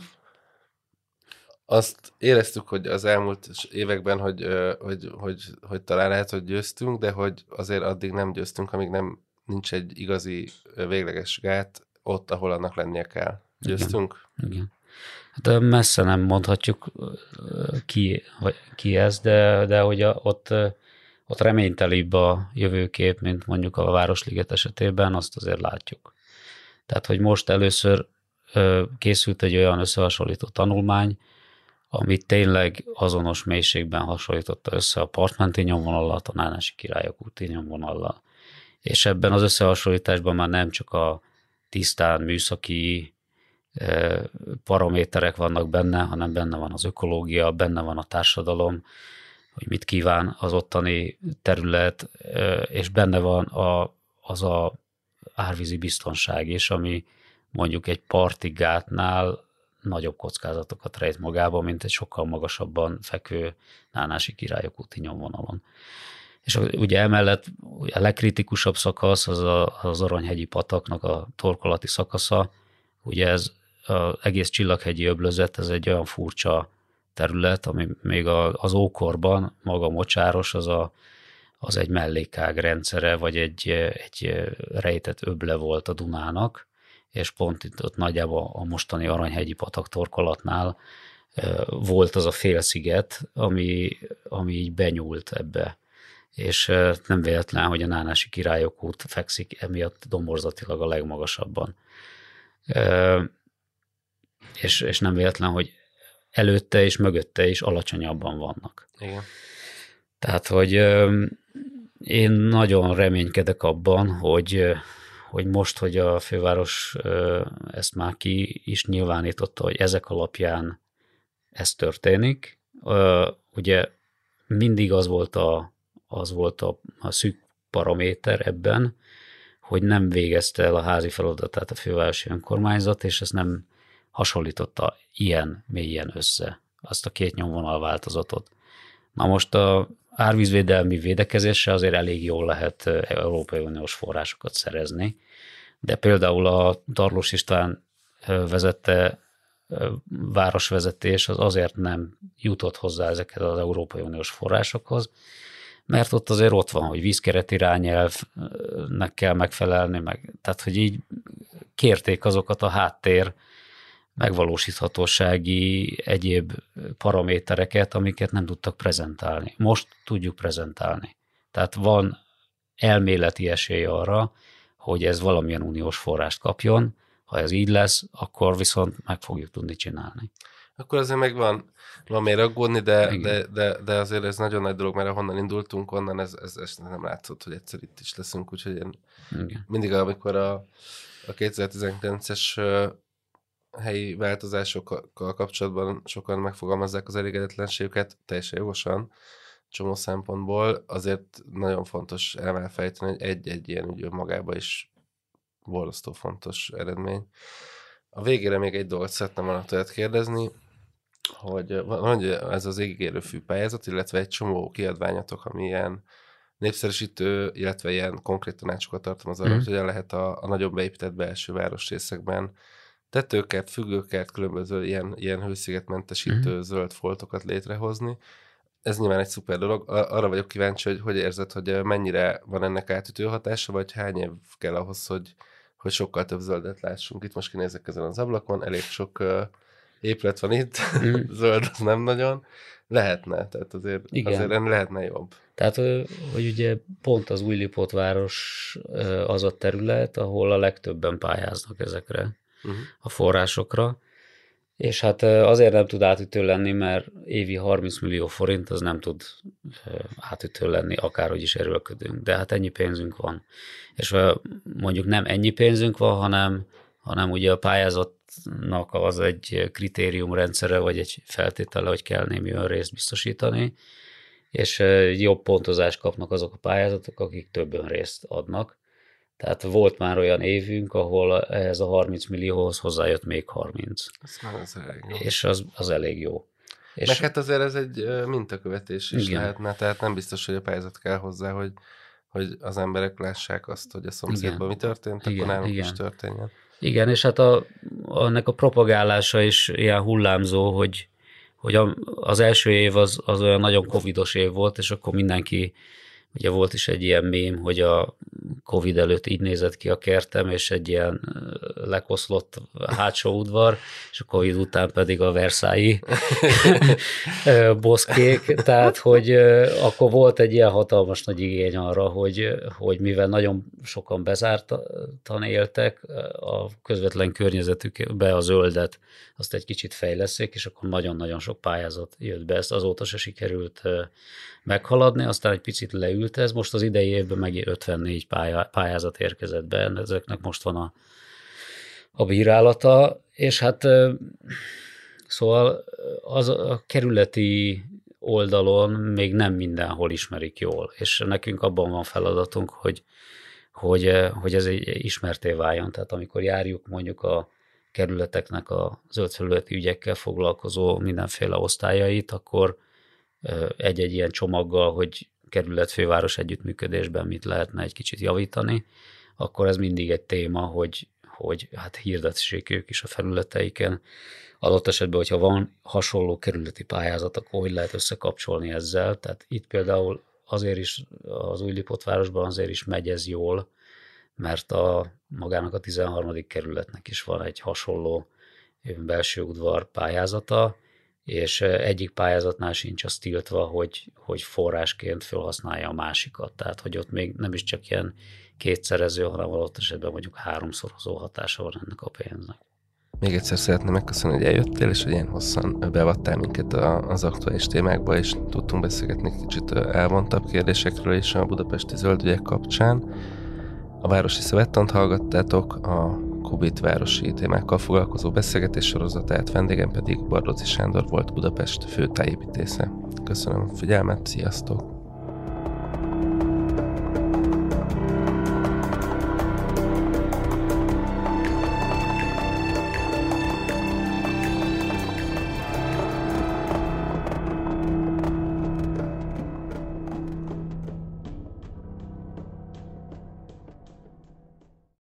Azt éreztük, hogy az elmúlt években, hogy talán lehet, hogy győztünk, de hogy azért addig nem győztünk, amíg nincs egy igazi végleges gát ott, ahol annak lennie kell. Győztünk? Igen. Hát messze nem mondhatjuk ki ez, de hogy ott reménytelibb a jövőkép, mint mondjuk a Városliget esetében, azt azért látjuk. Tehát, hogy most először készült egy olyan összehasonlító tanulmány, amit tényleg azonos mélységben hasonlította össze a partmenti nyomvonallal, a Nánási Királyok úti nyomvonallal. És ebben az összehasonlításban már nem csak a tisztán műszaki paraméterek vannak benne, hanem benne van az ökológia, benne van a társadalom, hogy mit kíván az ottani terület, és benne van az a árvízi biztonság is, ami mondjuk egy parti gátnál nagyobb kockázatokat rejt magába, mint egy sokkal magasabban fekvő Nánási Királyok úti nyomvonalon. És ugye emellett a legkritikusabb szakasz az az Aranyhegyi pataknak a torkolati szakasza. Ugye ez az egész Csillaghegyi öblözet, ez egy olyan furcsa terület, ami még az ókorban maga Mocsáros az egy mellékág rendszere, vagy egy rejtett öble volt a Dunának, és pont itt nagyjából a mostani Aranyhegyi patak torkolatnál volt az a félsziget, ami így benyúlt ebbe. És nem véletlen, hogy a Nánási Királyok út fekszik emiatt domborzatilag a legmagasabban. És nem véletlen, hogy előtte és mögötte is alacsonyabban vannak. Igen. Tehát, hogy én nagyon reménykedek abban, hogy most, hogy a főváros ezt már ki is nyilvánította, hogy ezek alapján ez történik. Ugye mindig az volt a szűk paraméter ebben, hogy nem végezte el a házi feladatát a fővárosi önkormányzat, és ezt nem hasonlította ilyen mélyen össze, azt a két nyomvonal változatot. Na most a árvízvédelmi védekezésre azért elég jól lehet Európai Uniós forrásokat szerezni, de például a Tarlós István vezette városvezetés az azért nem jutott hozzá ezeket az Európai Uniós forrásokhoz, mert ott van, hogy vízkeretirányelvnek kell megfelelni, tehát hogy így kérték azokat a háttér megvalósíthatósági egyéb paramétereket, amiket nem tudtak prezentálni. Most tudjuk prezentálni. Tehát van elméleti esély arra, hogy ez valamilyen uniós forrást kapjon. Ha ez így lesz, akkor viszont meg fogjuk tudni csinálni. Akkor azért meg van miért aggódni, de azért ez nagyon nagy dolog, mert ahonnan indultunk, onnan ez nem látszott, hogy egyszer itt is leszünk, úgyhogy én mindig, amikor a 2019-es helyi változásokkal kapcsolatban sokan megfogalmazzák az elégedetlenségüket, teljesen jogosan, csomó szempontból, azért nagyon fontos elfejteni, hogy egy ilyen ügy magában is borzasztó fontos eredmény. A végére még egy dolgot szeretném volna tőled kérdezni, hogy ez az égigérő fűpályázat, illetve egy csomó kiadványatok, ami ilyen népszerűsítő, illetve ilyen konkrét tanácsokat tartalmaz arra, hogy hogyan lehet a nagyobb beépített belső városrészekben tetőkert, függőkert, különböző ilyen hőszigetmentesítő zöld foltokat létrehozni. Ez nyilván egy szuper dolog. Arra vagyok kíváncsi, hogy érzed, hogy mennyire van ennek átütő hatása, vagy hány év kell ahhoz, hogy sokkal több zöldet lássunk. Itt most kinézek ezen az ablakon, elég sok épület van itt, zöld az nem nagyon. Lehetne, tehát azért lehetne jobb. Tehát, hogy ugye pont az Újlipótváros az a terület, ahol a legtöbben pályáznak ezekre a forrásokra, és hát azért nem tud átütő lenni, mert évi 30 millió forint az nem tud átütő lenni, akárhogy is erőlködünk. De hát ennyi pénzünk van. És mondjuk nem ennyi pénzünk van, hanem ugye a pályázatnak az egy kritériumrendszere, vagy egy feltétele, hogy kell némi önrészt biztosítani, és jobb pontozást kapnak azok a pályázatok, akik több önrészt adnak. Tehát volt már olyan évünk, ahol ehhez a 30 millióhoz hozzájött még 30. Az elég jó. És az elég jó. És meg hát azért ez egy mintakövetés is lehetne, tehát nem biztos, hogy a pályázat kell hozzá, hogy az emberek lássák azt, hogy a szomszédban mi történt, akkor nálunk is történjen. Igen, és hát ennek a propagálása is ilyen hullámzó, hogy az első év az olyan nagyon covidos év volt, és akkor mindenki, ugye volt is egy ilyen mém, hogy a Covid előtt így nézett ki a kertem, és egy ilyen lekoszlott hátsó udvar, és a Covid után pedig a Versailles boszkék, tehát hogy akkor volt egy ilyen hatalmas nagy igény arra, hogy mivel nagyon sokan bezártan éltek, a közvetlen környezetükbe a zöldet azt egy kicsit fejleszék, és akkor nagyon-nagyon sok pályázat jött be, ezt azóta se sikerült meghaladni, aztán egy picit leült ez, most az idei évben meg 54 pályázat érkezett be, ezeknek most van a bírálata, és hát szóval az a kerületi oldalon még nem mindenhol ismerik jól, és nekünk abban van feladatunk, hogy ez ismerté váljon. Tehát amikor járjuk mondjuk a kerületeknek a zöldfelületi ügyekkel foglalkozó mindenféle osztályait, akkor egy-egy ilyen csomaggal, hogy kerület-főváros együttműködésben mit lehetne egy kicsit javítani, akkor ez mindig egy téma, hogy hát hirdetsék ők is a felületeiken. Adott esetben, hogyha van hasonló kerületi pályázat, akkor hogy lehet összekapcsolni ezzel. Tehát itt például azért is az Újlipótvárosban azért is megy ez jól, mert magának a 13. kerületnek is van egy hasonló belső udvar pályázata, és egyik pályázatnál sincs azt tiltva, hogy forrásként felhasználja a másikat. Tehát, hogy ott még nem is csak ilyen kétszerező, hanem adott esetben mondjuk háromszorozó hatása van ennek a pénznek. Még egyszer szeretném megköszönni, hogy eljöttél, és hogy ilyen hosszan beavattál minket az aktuális témákba, és tudtunk beszélgetni kicsit elvontabb kérdésekről is a budapesti zöldügyek kapcsán. A Városi Szövettant hallgattátok, a Kubit városi témákkal foglalkozó beszélgetés sorozatát, vendégem pedig Bardóczy Sándor volt, Budapest főtájépítésze. Köszönöm a figyelmet, sziasztok!